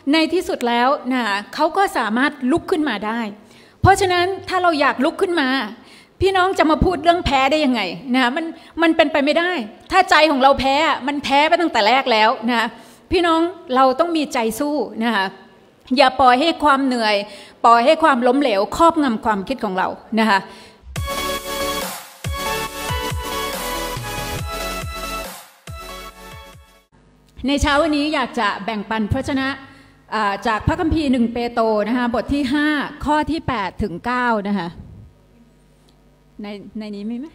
ในที่สุดแล้วนะเขาก็สามารถลุกขึ้นมาได้เพราะฉะนั้นถ้าเราอยากลุกขึ้นมาพี่น้องจะมาพูดเรื่องแพ้ได้ยังไงนะมันเป็นไปไม่ได้ถ้าใจของเราแพ้มันแพ้ไปตั้งแต่แรกแล้วนะพี่น้องเราต้องมีใจสู้นะคะอย่าปล่อยให้ความเหนื่อยปล่อยให้ความล้มเหลวครอบงำความคิดของเรานะคะในเช้าวันนี้อยากจะแบ่งปันพระวจนะจากพระคัมภีร์1 เปโตรนะคะบทที่5ข้อที่8ถึง9นะคะในนี้มีไหม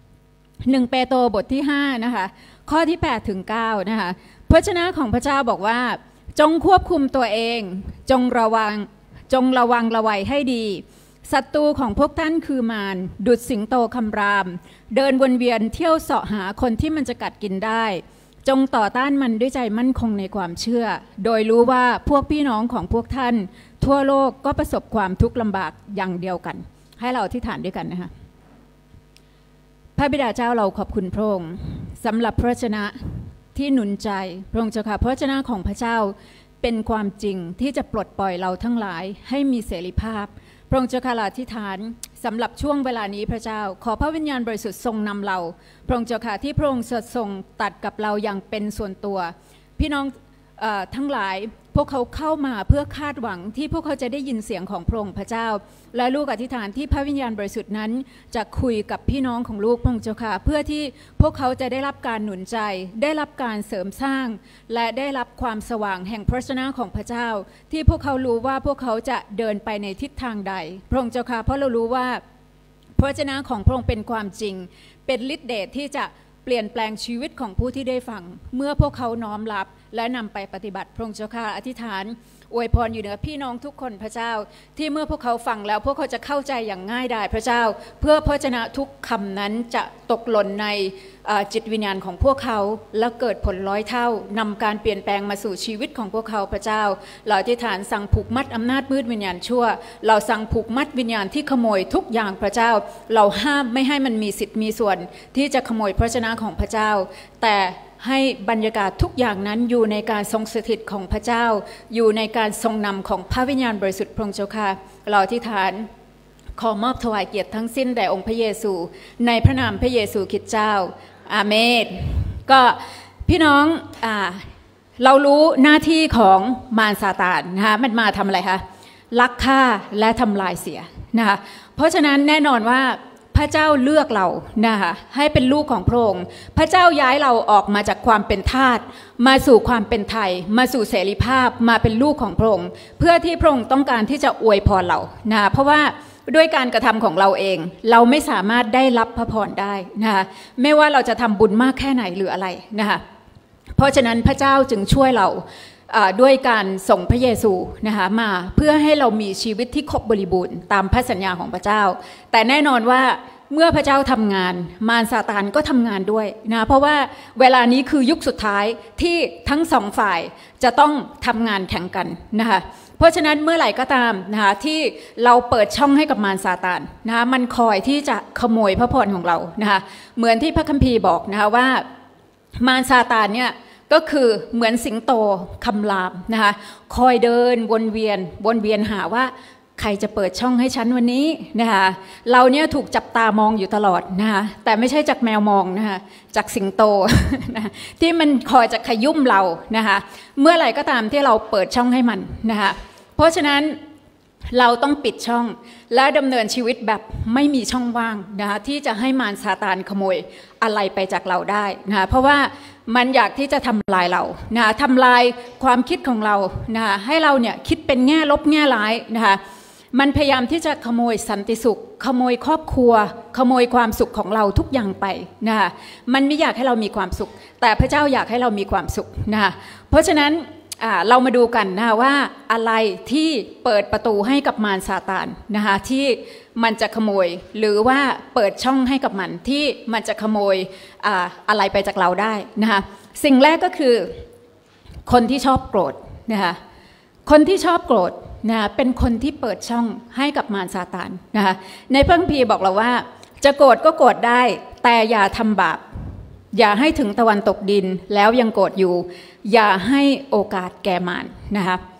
1 เปโตรบทที่5นะคะข้อที่8ถึง9นะคะพระวจนะของพระเจ้าบอกว่าจงควบคุมตัวเองจงระวังระวัยให้ดีศัตรูของพวกท่านคือมารดุจสิงโตคำรามเดินวนเวียนเที่ยวเสาะหาคนที่มันจะกัดกินได้จงต่อต้านมันด้วยใจมั่นคงในความเชื่อโดยรู้ว่าพวกพี่น้องของพวกท่านทั่วโลกก็ประสบความทุกข์ลำบากอย่างเดียวกันให้เราอธิษฐานด้วยกันนะคะพระบิดาเจ้าเราขอบคุณพระองค์สำหรับพระวจนะที่หนุนใจพระองค์เจ้าค่ะพระวจนะของพระเจ้าเป็นความจริงที่จะปลดปล่อยเราทั้งหลายให้มีเสรีภาพพระองค์เจ้าค่ะอธิษฐานสำหรับช่วงเวลานี้พระเจ้าขอพระวิญญาณบริสุทธิ์ทรงนำเราพระองค์เจ้าค่ะที่พระองค์ทรงตัดกับเราอย่างเป็นส่วนตัวพี่น้องทั้งหลายพวกเขาเข้ามาเพื่อคาดหวังที่พวกเขาจะได้ยินเสียงของพระองค์พระเจ้าและลูกอธิษฐานที่พระวิญญาณบริสุทธิ์นั้นจะคุยกับพี่น้องของลูกพระองค์เจ้าค่ะเพื่อที่พวกเขาจะได้รับการหนุนใจได้รับการเสริมสร้างและได้รับความสว่างแห่งพระวจนะของพระเจ้าที่พวกเขารู้ว่าพวกเขาจะเดินไปในทิศทางใดพระองค์เจ้าค่ะเพราะเรารู้ว่าพระวจนะของพระองค์เป็นความจริงเป็นฤทธิ์เดชที่จะเปลี่ยนแปลงชีวิตของผู้ที่ได้ฟังเมื่อพวกเขาน้อมรับและนำไปปฏิบัติพระองค์เจ้าข้าอธิษฐานอวยพรอยู่เหนือพี่น้องทุกคนพระเจ้าที่เมื่อพวกเขาฟังแล้วพวกเขาจะเข้าใจอย่างง่ายดายพระเจ้าเพื่อพระวจนะทุกคำนั้นจะตกหล่นในจิตวิญญาณของพวกเขาและเกิดผล100 เท่านำการเปลี่ยนแปลงมาสู่ชีวิตของพวกเขาพระเจ้าเราอธิษฐานสั่งผูกมัดอำนาจมืดวิญญาณชั่วเราสั่งผูกมัดวิญญาณที่ขโมยทุกอย่างพระเจ้าเราห้ามไม่ให้มันมีสิทธิ์มีส่วนที่จะขโมยพระวจนะของพระเจ้าแต่ให้บรรยากาศทุกอย่างนั้นอยู่ในการทรงสถิตของพระเจ้าอยู่ในการทรงนำของพระวิญญาณบริสุทธิ์พระองค์เจ้าค่ะเราอธิษฐานขอมอบถวายเกียรติทั้งสิ้นแด่องค์พระเยซูในพระนามพระเยซูคริสต์เจ้าอาเมนก็พี่น้องเรารู้หน้าที่ของมารซาตานนะคะมันมาทำอะไรคะลักฆ่าและทำลายเสียนะคะเพราะฉะนั้นแน่นอนว่าพระเจ้าเลือกเรานะคะให้เป็นลูกของพระองค์พระเจ้าย้ายเราออกมาจากความเป็นทาสมาสู่ความเป็นไทยมาสู่เสรีภาพมาเป็นลูกของพระองค์เพื่อที่พระองค์ต้องการที่จะอวยพรเรานะเพราะว่าด้วยการกระทำของเราเองเราไม่สามารถได้รับพระพรได้นะคะไม่ว่าเราจะทำบุญมากแค่ไหนหรืออะไรนะคะเพราะฉะนั้นพระเจ้าจึงช่วยเราด้วยการส่งพระเยซูนะคะมาเพื่อให้เรามีชีวิตที่ครบบริบูรณ์ตามพระสัญญาของพระเจ้าแต่แน่นอนว่าเมื่อพระเจ้าทำงานมารซาตานก็ทำงานด้วยนะเพราะว่าเวลานี้คือยุคสุดท้ายที่ทั้งสองฝ่ายจะต้องทำงานแข่งกันนะคะเพราะฉะนั้นเมื่อไหร่ก็ตามนะคะที่เราเปิดช่องให้กับมารซาตานนะคะมันคอยที่จะขโมยพระพรของเรานะคะเหมือนที่พระคัมภีร์บอกนะคะว่ามารซาตานเนี่ยก็คือเหมือนสิงโตคำรามนะคะคอยเดินวนเวียนหาว่าใครจะเปิดช่องให้ฉันวันนี้นะคะเราเนี่ยถูกจับตามองอยู่ตลอดนะคะแต่ไม่ใช่จากแมวมองนะคะจากสิงโตนะที่มันคอยจะขยุ่มเรานะคะเมื่อไหร่ก็ตามที่เราเปิดช่องให้มันนะคะเพราะฉะนั้นเราต้องปิดช่องและดำเนินชีวิตแบบไม่มีช่องว่างนะคะที่จะให้มารซาตานขโมยอะไรไปจากเราได้นะคะเพราะว่ามันอยากที่จะทำลายเรานะคะทำลายความคิดของเรานะคะให้เราเนี่ยคิดเป็นแง่ลบแง่ร้ายนะคะมันพยายามที่จะขโมยสันติสุขขโมยครอบครัวขโมยความสุขของเราทุกอย่างไปนะคะมันไม่อยากให้เรามีความสุขแต่พระเจ้าอยากให้เรามีความสุขนะคะเพราะฉะนั้นเรามาดูกันนะว่าอะไรที่เปิดประตูให้กับมารซาตานนะคะที่มันจะขโมยหรือว่าเปิดช่องให้กับมันที่มันจะขโมยอะไรไปจากเราได้นะคะสิ่งแรกก็คือคนที่ชอบโกรธนะคะคนที่ชอบโกรธนะเป็นคนที่เปิดช่องให้กับมารซาตานนะคะในพระคัมภีร์บอกเราว่าจะโกรธก็โกรธได้แต่อย่าทำบาปอย่าให้ถึงตะวันตกดินแล้วยังโกรธอยู่อย่าให้โอกาสแก่มารนะคะ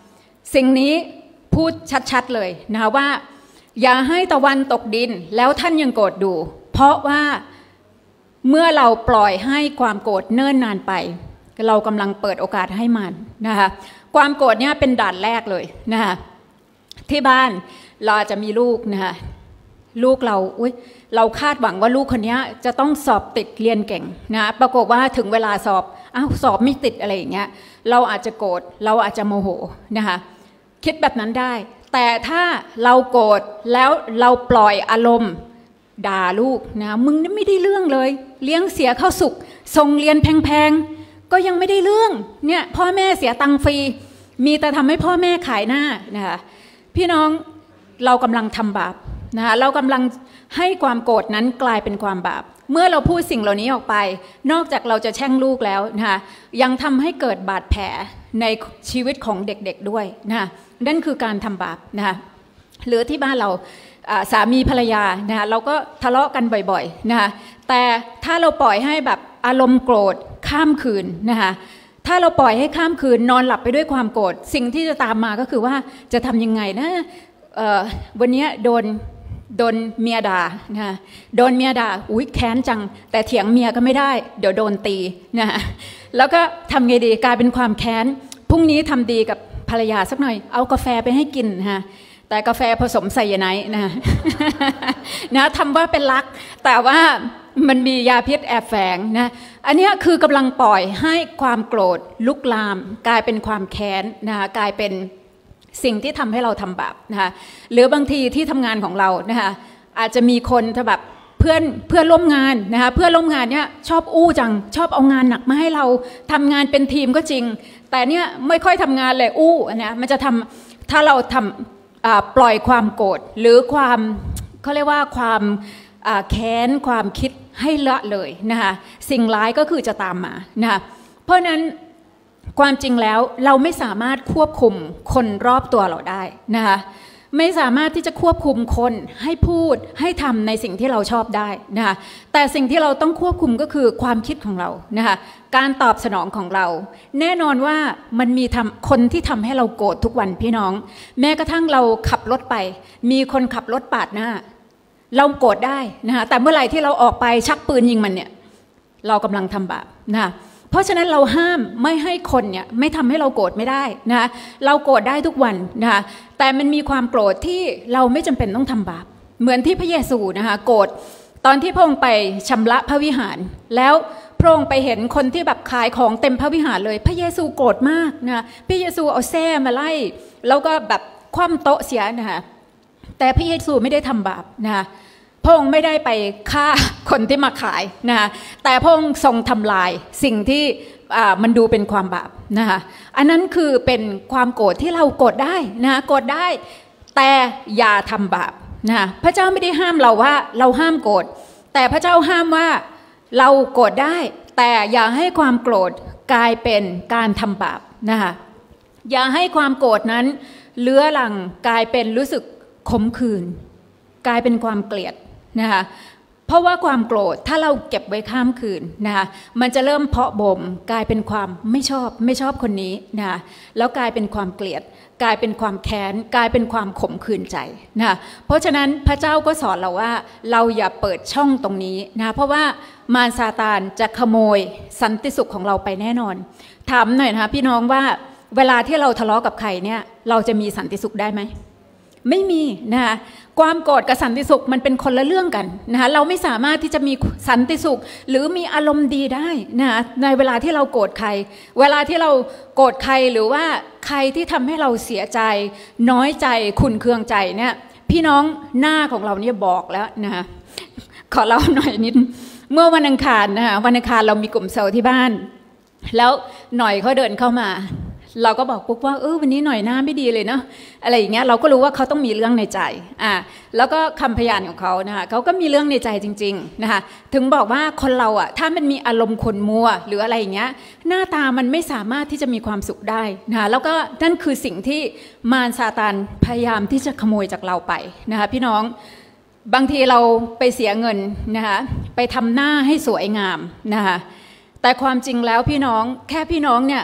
สิ่งนี้พูดชัดๆเลยนะคะว่าอย่าให้ตะวันตกดินแล้วท่านยังโกรธดูเพราะว่าเมื่อเราปล่อยให้ความโกรธเนิ่นนานไปเรากำลังเปิดโอกาสให้มันนะคะความโกรธเนี่ยเป็นด่านแรกเลยนะคะที่บ้านเราอาจจะมีลูกนะคะลูกเราคาดหวังว่าลูกคนนี้จะต้องสอบติดเรียนเก่งนะปรากฏว่าถึงเวลาสอบสอบไม่ติดอะไรอย่างเงี้ยเราอาจจะโกรธเราอาจจะโมโหนะคะคิดแบบนั้นได้แต่ถ้าเราโกรธแล้วเราปล่อยอารมณ์ด่าลูกนะมึงไม่ได้เรื่องเลยเลี้ยงเสียข้าวสุกส่งเรียนแพงๆก็ยังไม่ได้เรื่องเนี่ยพ่อแม่เสียตังค์ฟรีมีแต่ทำให้พ่อแม่ขายหน้านะคะพี่น้องเรากำลังทำบาปนะคะเรากำลังให้ความโกรธนั้นกลายเป็นความบาปเมื่อเราพูดสิ่งเหล่านี้ออกไปนอกจากเราจะแช่งลูกแล้วนะคะยังทำให้เกิดบาดแผลในชีวิตของเด็กๆด้วยนะคะนั่นคือการทำบาปนะคะหรือที่บ้านเราสามีภรรยานะคะเราก็ทะเลาะกันบ่อยๆนะคะแต่ถ้าเราปล่อยให้แบบอารมณ์โกรธข้ามคืนนะคะถ้าเราปล่อยให้ข้ามคืนนอนหลับไปด้วยความโกรธสิ่งที่จะตามมาก็คือว่าจะทำยังไงนะวันนี้โดนเมียด่านะโดนเมียด่าอุ๊ยแค้นจังแต่เถียงเมียก็ไม่ได้เดี๋ยวโดนตีนะแล้วก็ทำไงดีกลายเป็นความแค้นพรุ่งนี้ทำดีกับภรรยาสักหน่อยเอากาแฟไปให้กินนะแต่กาแฟผสมไซยาไนด์นะทำว่าเป็นรักแต่ว่ามันมียาพิษแอบแฝงนะอันนี้คือกำลังปล่อยให้ความโกรธลุกลามกลายเป็นความแค้นนะคะกลายเป็นสิ่งที่ทำให้เราทำบาปนะคะหรือบางทีที่ทำงานของเรานะคะอาจจะมีคนแบบเพื่อนร่วมงานนะคะเพื่อนร่วมงานเนี่ยชอบอู้จังชอบเอางานหนักมาให้เราทำงานเป็นทีมก็จริงแต่เนี่ยไม่ค่อยทำงานเลยอู้นะมันจะทำถ้าเราทำปล่อยความโกรธหรือความเขาเรียกว่าความแค้นความคิดให้ละเลยนะคะสิ่งร้ายก็คือจะตามมานะคะเพราะนั้นความจริงแล้วเราไม่สามารถควบคุมคนรอบตัวเราได้นะคะไม่สามารถที่จะควบคุมคนให้พูดให้ทำในสิ่งที่เราชอบได้นะคะแต่สิ่งที่เราต้องควบคุมก็คือความคิดของเรานะคะการตอบสนองของเราแน่นอนว่ามันมีคนที่ทำให้เราโกรธทุกวันพี่น้องแม้กระทั่งเราขับรถไปมีคนขับรถปาดหน้าเราโกรธได้นะคะแต่เมื่อไหร่ที่เราออกไปชักปืนยิงมันเนี่ยเรากำลังทำบาปนะคะเพราะฉะนั้นเราห้ามไม่ให้คนเนี่ยไม่ทำให้เราโกรธไม่ได้นะคะเราโกรธได้ทุกวันนะคะแต่มันมีความโกรธที่เราไม่จำเป็นต้องทำบาปเหมือนที่พระเยซูนะคะโกรธตอนที่พระองค์ไปชำระพระวิหารแล้วพระองค์ไปเห็นคนที่แบบขายของเต็มพระวิหารเลยพระเยซูโกรธมากนะพระเยซูเอาแส้มาไล่แล้วก็แบบคว่ำโต๊ะเสียนะคะแต่พระเยซูไม่ได้ทำบาปนะคะพระองค์ไม่ได้ไปฆ่าคนที่มาขายนะคะแต่พระองค์ทรงทำลายสิ่งที่มันดูเป็นความบาปนะคะอันนั้นคือเป็นความโกรธที่เราโกรธได้นะโกรธได้แต่อย่าทำบาปนะพระเจ้าไม่ได้ห้ามเราว่าเราห้ามโกรธแต่พระเจ้าห้ามว่าเราโกรธได้แต่อย่าให้ความโกรธกลายเป็นการทำบาปนะคะอย่าให้ความโกรธนั้นเลื้อรังกลายเป็นรู้สึกขมขื่นกลายเป็นความเกลียดนะคะเพราะว่าความโกรธถ้าเราเก็บไว้ข้ามคืนนะคะมันจะเริ่มเพาะบ่มกลายเป็นความไม่ชอบคนนี้นะคะแล้วกลายเป็นความเกลียดกลายเป็นความแค้นกลายเป็นความขมขื่นใจนะคะเพราะฉะนั้นพระเจ้าก็สอนเราว่าเราอย่าเปิดช่องตรงนี้นะเพราะว่ามารซาตานจะขโมยสันติสุขของเราไปแน่นอนถามหน่อยนะคะพี่น้องว่าเวลาที่เราทะเลาะกับใครเนี่ยเราจะมีสันติสุขได้ไหมไม่มีนะคะความโกรธกับสันติสุขมันเป็นคนละเรื่องกันนะคะเราไม่สามารถที่จะมีสันติสุขหรือมีอารมณ์ดีได้นะคะในเวลาที่เราโกรธใครเวลาที่เราโกรธใครหรือว่าใครที่ทำให้เราเสียใจน้อยใจขุ่นเคืองใจเนี่ยพี่น้องหน้าของเราเนี่ยบอกแล้วนะคะขอเล่าหน่อยนิดเมื่อวันอังคารนะคะวันอังคารเรามีกลุ่มเซลล์ที่บ้านแล้วหน่อยเขาเดินเข้ามาเราก็บอกปุ๊บว่าวันนี้หน่อยหน้าไม่ดีเลยเนาะอะไรอย่างเงี้ยเราก็รู้ว่าเขาต้องมีเรื่องในใจแล้วก็คำพยานของเขานะคะเขาก็มีเรื่องในใจจริงๆนะคะถึงบอกว่าคนเราถ้ามันมีอารมณ์ขุ่นมัวหรืออะไรอย่างเงี้ยหน้าตามันไม่สามารถที่จะมีความสุขได้นะคะแล้วก็นั่นคือสิ่งที่มารซาตานพยายามที่จะขโมยจากเราไปนะคะพี่น้องบางทีเราไปเสียเงินนะคะไปทำหน้าให้สวยงามนะคะแต่ความจริงแล้วพี่น้องแค่พี่น้องเนี่ย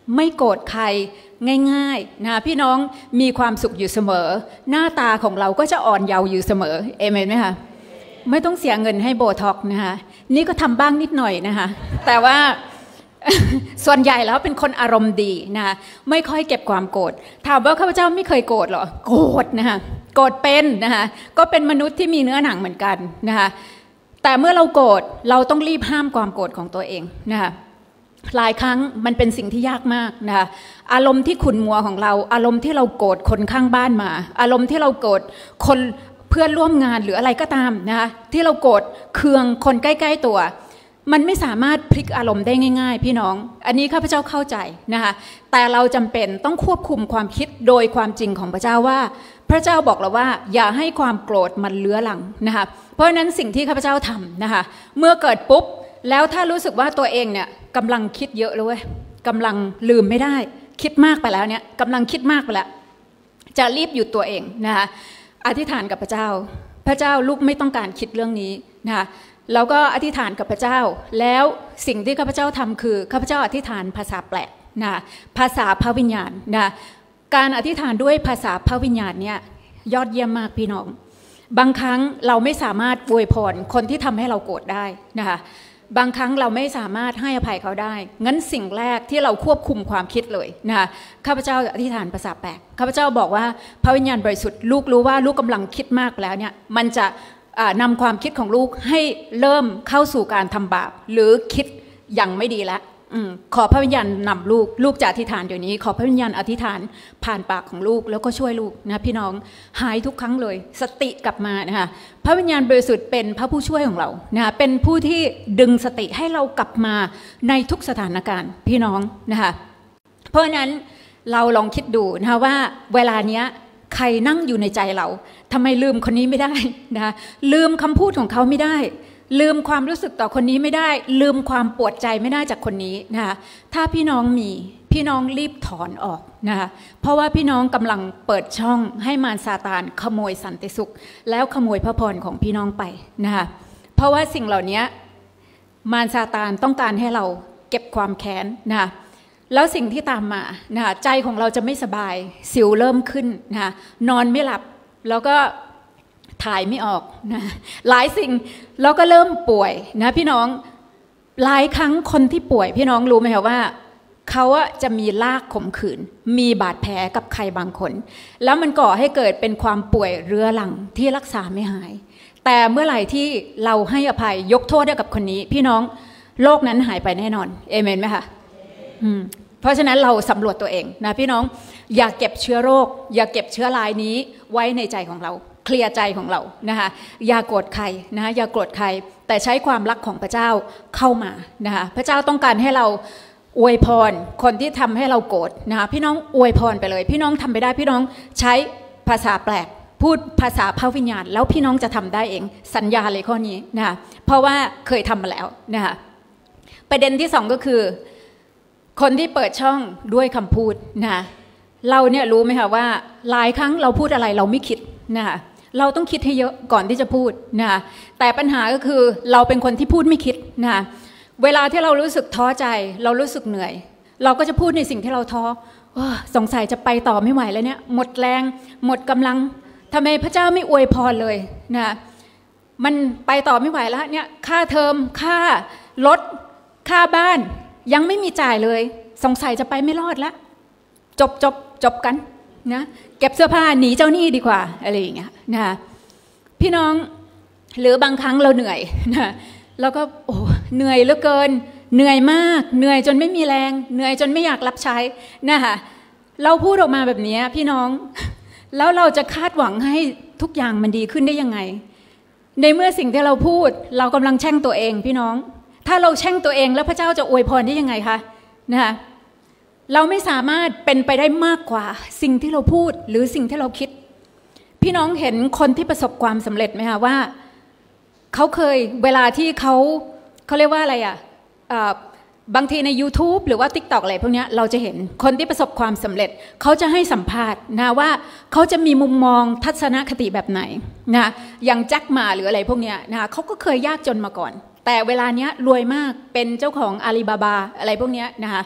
ไม่โกรธใครง่ายๆนะพี่น้องมีความสุขอยู่เสมอหน้าตาของเราก็จะอ่อนเยาว์อยู่เสมอเอเมนไหมคะไม่ต้องเสียเงินให้โบท็อกนะคะนี่ก็ทำบ้างนิดหน่อยนะคะแต่ว่าส่วนใหญ่แล้วเป็นคนอารมณ์ดีนะคะไม่ค่อยเก็บความโกรธถามว่าข้าพเจ้าไม่เคยโกรธหรอโกรธนะคะโกรธเป็นนะคะก็เป็นมนุษย์ที่มีเนื้อหนังเหมือนกันนะคะแต่เมื่อเราโกรธเราต้องรีบห้ามความโกรธของตัวเองนะคะหลายครั้งมันเป็นสิ่งที่ยากมากนะคะอารมณ์ที่ขุ่นมัวของเราอารมณ์ที่เราโกรธคนข้างบ้านมาอารมณ์ที่เราโกรธคนเพื่อนร่วมงานหรืออะไรก็ตามนะคะที่เราโกรธเคืองคนใกล้ๆตัวมันไม่สามารถพลิกอารมณ์ได้ง่ายๆพี่น้องอันนี้ข้าพเจ้าเข้าใจนะคะแต่เราจำเป็นต้องควบคุมความคิดโดยความจริงของพระเจ้าว่าพระเจ้าบอกเราว่าอย่าให้ความโกรธมันเลื้อรังนะคะเพราะฉะนั้นสิ่งที่ข้าพเจ้าทำนะคะเมื่อเกิดปุ๊บแล้วถ้ารู้สึกว่าตัวเองเนี่ยกำลังคิดเยอะเลยกำลังลืมไม่ได้คิดมากไปแล้วเนี่ยกำลังคิดมากไปแล้วจะรีบหยุดตัวเองนะคะอธิษฐานกับพระเจ้าพระเจ้าลูกไม่ต้องการคิดเรื่องนี้นะคะแล้วก็อธิษฐานกับพระเจ้าแล้วสิ่งที่ข้าพเจ้าทำคือข้าพเจ้าอธิษฐานภาษาแปลกนะภาษาพระวิญญาณนะการอธิษฐานด้วยภาษาพระวิญญาณเนี่ยยอดเยี่ยมมากพี่น้องบางครั้งเราไม่สามารถอวยพรคนที่ทำให้เราโกรธได้นะคะบางครั้งเราไม่สามารถให้อภัยเขาได้งั้นสิ่งแรกที่เราควบคุมความคิดเลยนะคะข้าพเจ้าอธิษฐานภาษาแปลกข้าพเจ้าบอกว่าพระวิญญาณบริสุทธิ์ลูกรู้ว่าลูกกำลังคิดมากแล้วเนี่ยมันจะนำความคิดของลูกให้เริ่มเข้าสู่การทำบาปหรือคิดอย่างไม่ดีแล้วขอพระวิญญาณนำลูกจะอธิษฐานเดี๋ยวนี้ขอพระวิญญาณอธิษฐานผ่านปากของลูกแล้วก็ช่วยลูกนะพี่น้องหายทุกครั้งเลยสติกลับมานะคะพระวิญญาณบริสุทธิ์เป็นพระผู้ช่วยของเรานะคะเป็นผู้ที่ดึงสติให้เรากลับมาในทุกสถานการณ์พี่น้องนะคะเพราะฉะนั้นเราลองคิดดูนะคะว่าเวลาเนี้ยใครนั่งอยู่ในใจเราทำไมลืมคนนี้ไม่ได้นะคะลืมคำพูดของเขาไม่ได้ลืมความรู้สึกต่อคนนี้ไม่ได้ลืมความปวดใจไม่ได้จากคนนี้นะคะถ้าพี่น้องมีพี่น้องรีบถอนออกนะคะเพราะว่าพี่น้องกำลังเปิดช่องให้มารซาตานขโมยสันติสุขแล้วขโมยพระพรของพี่น้องไปนะคะเพราะว่าสิ่งเหล่านี้มารซาตานต้องการให้เราเก็บความแค้นนะคะแล้วสิ่งที่ตามมานะคะใจของเราจะไม่สบายสิวเริ่มขึ้นนะคะนอนไม่หลับแล้วก็ถ่ายไม่ออกนะหลายสิ่งแล้วก็เริ่มป่วยนะพี่น้องหลายครั้งคนที่ป่วยพี่น้องรู้ไหมคะว่าเขาจะมีลากข่มขืนมีบาดแผลกับใครบางคนแล้วมันก่อให้เกิดเป็นความป่วยเรื้อรังที่รักษาไม่หายแต่เมื่อไหร่ที่เราให้อภัยยกโทษให้กับคนนี้พี่น้องโรคนั้นหายไปแน่นอนเอเมนไหมคะเพราะฉะนั้นเราสำรวจตัวเองนะพี่น้องอย่าเก็บเชื้อโรคอย่าเก็บเชื้อรายนี้ไว้ในใจของเราเคลียร์ใจของเรานะคะอย่าโกรธใครนะคะอย่าโกรธใครแต่ใช้ความรักของพระเจ้าเข้ามานะคะพระเจ้าต้องการให้เราอวยพรคนที่ทำให้เราโกรธนะคะพี่น้องอวยพรไปเลยพี่น้องทำไปได้พี่น้องใช้ภาษาแปลกพูดภาษาพระวิญญาณแล้วพี่น้องจะทำได้เองสัญญาเลยข้อนี้นะคะเพราะว่าเคยทำมาแล้วนะคะประเด็นที่สองก็คือคนที่เปิดช่องด้วยคำพูดนะคะเราเนี่ยรู้ไหมคะว่าหลายครั้งเราพูดอะไรเราไม่คิดนะคะเราต้องคิดให้เยอะก่อนที่จะพูดนะคะแต่ปัญหาก็คือเราเป็นคนที่พูดไม่คิดนะคะเวลาที่เรารู้สึกท้อใจเรารู้สึกเหนื่อยเราก็จะพูดในสิ่งที่เราท้อสงสัยจะไปต่อไม่ไหวแล้วเนี่ยหมดแรงหมดกำลังทำไมพระเจ้าไม่อวยพรเลยนะมันไปต่อไม่ไหวแล้วเนี่ยค่าเทอมค่ารถค่าบ้านยังไม่มีจ่ายเลยสงสัยจะไปไม่รอดแล้วจบกันนะเก็บเสื้อผ้าหนีเจ้าหนี้ดีกว่าอะไรอย่างเงี้ยนะพี่น้องหรือบางครั้งเราเหนื่อยนะแล้วก็โอ้เหนื่อยเหลือเกินเหนื่อยมากเหนื่อยจนไม่มีแรงเหนื่อยจนไม่อยากรับใช้นะคะเราพูดออกมาแบบนี้พี่น้องแล้วเราจะคาดหวังให้ทุกอย่างมันดีขึ้นได้ยังไงในเมื่อสิ่งที่เราพูดเรากำลังแช่งตัวเองพี่น้องถ้าเราแช่งตัวเองแล้วพระเจ้าจะอวยพรได้ยังไงคะนะคะเราไม่สามารถเป็นไปได้มากกว่าสิ่งที่เราพูดหรือสิ่งที่เราคิดพี่น้องเห็นคนที่ประสบความสำเร็จไหมคะว่าเขาเคยเวลาที่เขาเรียกว่าอะไรบางทีใน YouTube หรือว่า TikTok อะไรพวกนี้เราจะเห็นคนที่ประสบความสำเร็จเขาจะให้สัมภาษณ์นะว่าเขาจะมีมุมมองทัศนคติแบบไหนนะอย่างแจ็คหม่าหรืออะไรพวกนี้นะเขาก็เคยยากจนมาก่อนแต่เวลานี้รวยมากเป็นเจ้าของอาลีบาบาอะไรพวกนี้นะคะ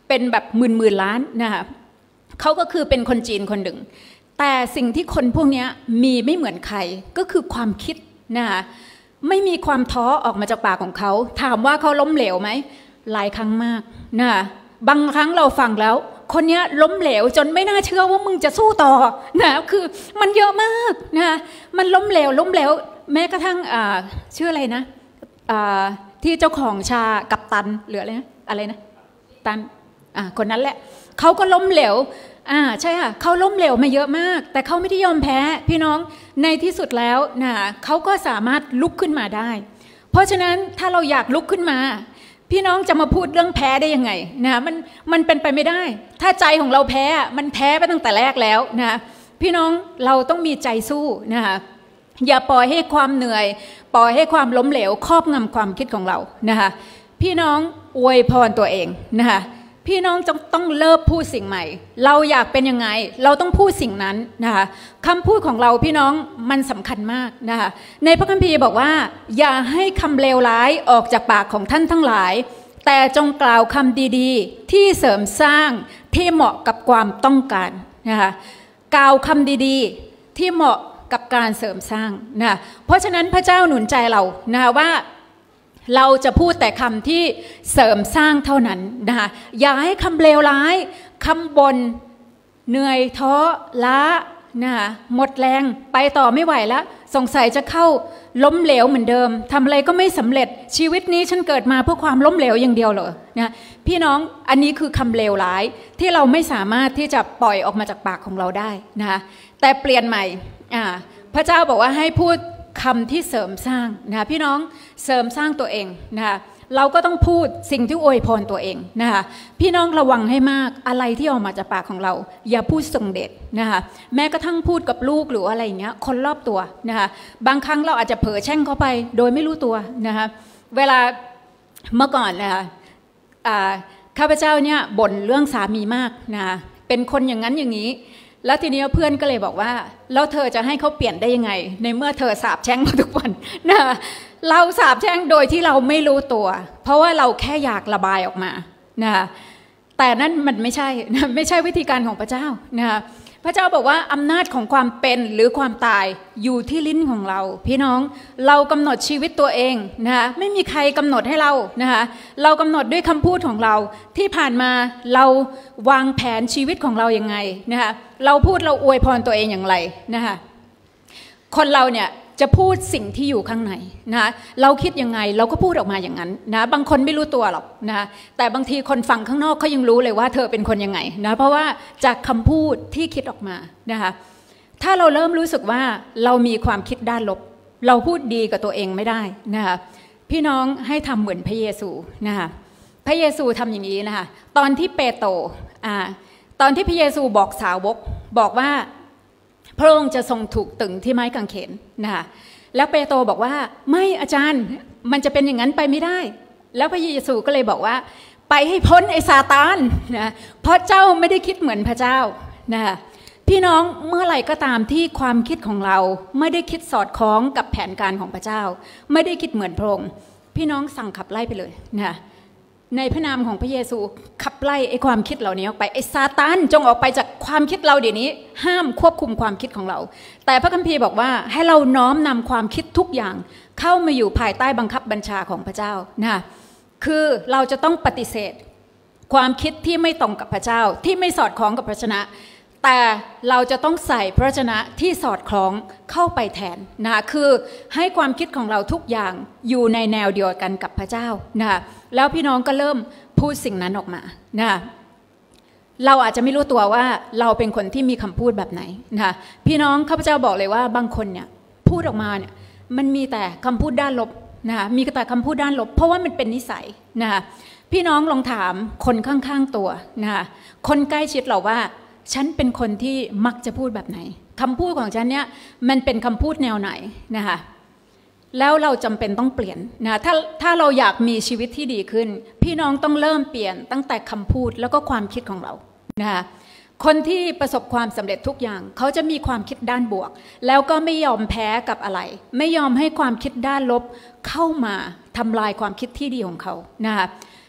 เป็นแบบหมื่นล้านนะคะเขาก็คือเป็นคนจีนคนหนึ่งแต่สิ่งที่คนพวกนี้มีไม่เหมือนใครก็คือความคิดนะคะไม่มีความท้อออกมาจากปากของเขาถามว่าเขาล้มเหลวไหมหลายครั้งมากนะคะบางครั้งเราฟังแล้วคนนี้ล้มเหลวจนไม่น่าเชื่อว่ามึงจะสู้ต่อนะคือมันเยอะมากนะมันล้มเหลวแม้กระทั่งชื่ออะไรนะที่เจ้าของชากัปตันหรืออะไรนะตันคนนั้นแหละเขาก็ล้มเหลวใช่ค่ะเขาล้มเหลวมาเยอะมากแต่เขาไม่ได้ยอมแพ้พี่น้องในที่สุดแล้วนะเขาก็สามารถลุกขึ้นมาได้เพราะฉะนั้นถ้าเราอยากลุกขึ้นมาพี่น้องจะมาพูดเรื่องแพ้ได้ยังไงนะมันเป็นไปไม่ได้ถ้าใจของเราแพ้มันแพ้ไปตั้งแต่แรกแล้วนะพี่น้องเราต้องมีใจสู้นะคะอย่าปล่อยให้ความเหนื่อยปล่อยให้ความล้มเหลวครอบงำความคิดของเรานะคะพี่น้องอวยพรตัวเองนะคะพี่น้องต้องเลิกพูดสิ่งใหม่เราอยากเป็นยังไงเราต้องพูดสิ่งนั้นนะคะคำพูดของเราพี่น้องมันสำคัญมากนะคะในพระคัมภีร์บอกว่าอย่าให้คำเลวร้ายออกจากปากของท่านทั้งหลายแต่จงกล่าวคำดีๆที่เสริมสร้างที่เหมาะกับความต้องการนะคะกล่าวคำดีๆที่เหมาะกับการเสริมสร้างนะเพราะฉะนั้นพระเจ้าหนุนใจเรานะคะว่าเราจะพูดแต่คำที่เสริมสร้างเท่านั้นนะคะอย่าให้คำเลวร้ายคำบ่นเหนื่อยท้อล้านะคะหมดแรงไปต่อไม่ไหวแล้วสงสัยจะเข้าล้มเหลวเหมือนเดิมทำอะไรก็ไม่สำเร็จชีวิตนี้ฉันเกิดมาเพื่อความล้มเหลวอย่างเดียวเหรอนะพี่น้องอันนี้คือคำเลวร้ายที่เราไม่สามารถที่จะปล่อยออกมาจากปากของเราได้นะคะแต่เปลี่ยนใหม่พระเจ้าบอกว่าให้พูดคำที่เสริมสร้างนะพี่น้องเสริมสร้างตัวเองนะคะเราก็ต้องพูดสิ่งที่อวยพรตัวเองนะคะพี่น้องระวังให้มากอะไรที่ออกมาจากปากของเราอย่าพูดส่งเดชนะคะแม้กระทั่งพูดกับลูกหรืออะไรอย่างเงี้ยคนรอบตัวนะคะบางครั้งเราอาจจะเผลอแช่งเขาไปโดยไม่รู้ตัวนะคะเวลาเมื่อก่อนนะคะข้าพเจ้าเนี่ยบ่นเรื่องสามีมากนะคะเป็นคนอย่างนั้นอย่างนี้แล้วทีนี้เพื่อนก็เลยบอกว่าแล้วเธอจะให้เขาเปลี่ยนได้ยังไงในเมื่อเธอสาปแช่งมาทุกวันนะเราสาปแช่งโดยที่เราไม่รู้ตัวเพราะว่าเราแค่อยากระบายออกมานะแต่นั่นมันไม่ใช่นะไม่ใช่วิธีการของพระเจ้านะพระเจ้าบอกว่าอำนาจของความเป็นหรือความตายอยู่ที่ลิ้นของเราพี่น้องเรากำหนดชีวิตตัวเองนะคะไม่มีใครกำหนดให้เรานะคะเรากำหนดด้วยคำพูดของเราที่ผ่านมาเราวางแผนชีวิตของเราอย่างไงนะคะเราพูดเราอวยพรตัวเองอย่างไรนะคะคนเราเนี่ยจะพูดสิ่งที่อยู่ข้างในนะเราคิดยังไงเราก็พูดออกมาอย่างนั้นนะบางคนไม่รู้ตัวหรอกนะแต่บางทีคนฟังข้างนอกเขายังรู้เลยว่าเธอเป็นคนยังไงนะเพราะว่าจากคำพูดที่คิดออกมานะคะถ้าเราเริ่มรู้สึกว่าเรามีความคิดด้านลบเราพูดดีกับตัวเองไม่ได้นะคะพี่น้องให้ทำเหมือนพระเยซูนะคะพระเยซูทำอย่างนี้นะคะตอนที่เปโตรตอนที่พระเยซูบอกสาวกบอกว่าพระองค์จะทรงถูกตึงที่ไม้กางเขนนะคะแล้วเปโตรบอกว่าไม่อาจารย์มันจะเป็นอย่างนั้นไปไม่ได้แล้วพระเยซูก็เลยบอกว่าไปให้พ้นไอ้ซาตานนะเพราะเจ้าไม่ได้คิดเหมือนพระเจ้านะคะพี่น้องเมื่อไหร่ก็ตามที่ความคิดของเราไม่ได้คิดสอดคล้องกับแผนการของพระเจ้าไม่ได้คิดเหมือนพระองค์พี่น้องสั่งขับไล่ไปเลยนะในพระนามของพระเยซูขับไล่ไอ้ความคิดเหล่านี้ออกไปไอ้ซาตานจงออกไปจากความคิดเราเดี๋ยวนี้ห้ามควบคุมความคิดของเราแต่พระคัมภีร์บอกว่าให้เราน้อมนำความคิดทุกอย่างเข้ามาอยู่ภายใต้บังคับบัญชาของพระเจ้านะคือเราจะต้องปฏิเสธความคิดที่ไม่ตรงกับพระเจ้าที่ไม่สอดคล้องกับพระชนะแต่เราจะต้องใส่พระวจนะที่สอดคล้องเข้าไปแทนนะคือให้ความคิดของเราทุกอย่างอยู่ในแนวเดียวกันกับพระเจ้านะแล้วพี่น้องก็เริ่มพูดสิ่งนั้นออกมานะเราอาจจะไม่รู้ตัวว่าเราเป็นคนที่มีคำพูดแบบไหนนะพี่น้องข้าพเจ้าบอกเลยว่าบางคนเนี่ยพูดออกมาเนี่ยมันมีแต่คำพูดด้านลบนะมีแต่คำพูดด้านลบเพราะว่ามันเป็นนิสัยนะพี่น้องลองถามคนข้างๆตัวนะคนใกล้ชิดเราว่าฉันเป็นคนที่มักจะพูดแบบไหนคำพูดของฉันเนี่ยมันเป็นคำพูดแนวไหนนะคะแล้วเราจำเป็นต้องเปลี่ยนนะถ้าเราอยากมีชีวิตที่ดีขึ้นพี่น้องต้องเริ่มเปลี่ยนตั้งแต่คำพูดแล้วก็ความคิดของเรานะคะคนที่ประสบความสำเร็จทุกอย่างเขาจะมีความคิดด้านบวกแล้วก็ไม่ยอมแพ้กับอะไรไม่ยอมให้ความคิดด้านลบเข้ามาทำลายความคิดที่ดีของเขานะคะ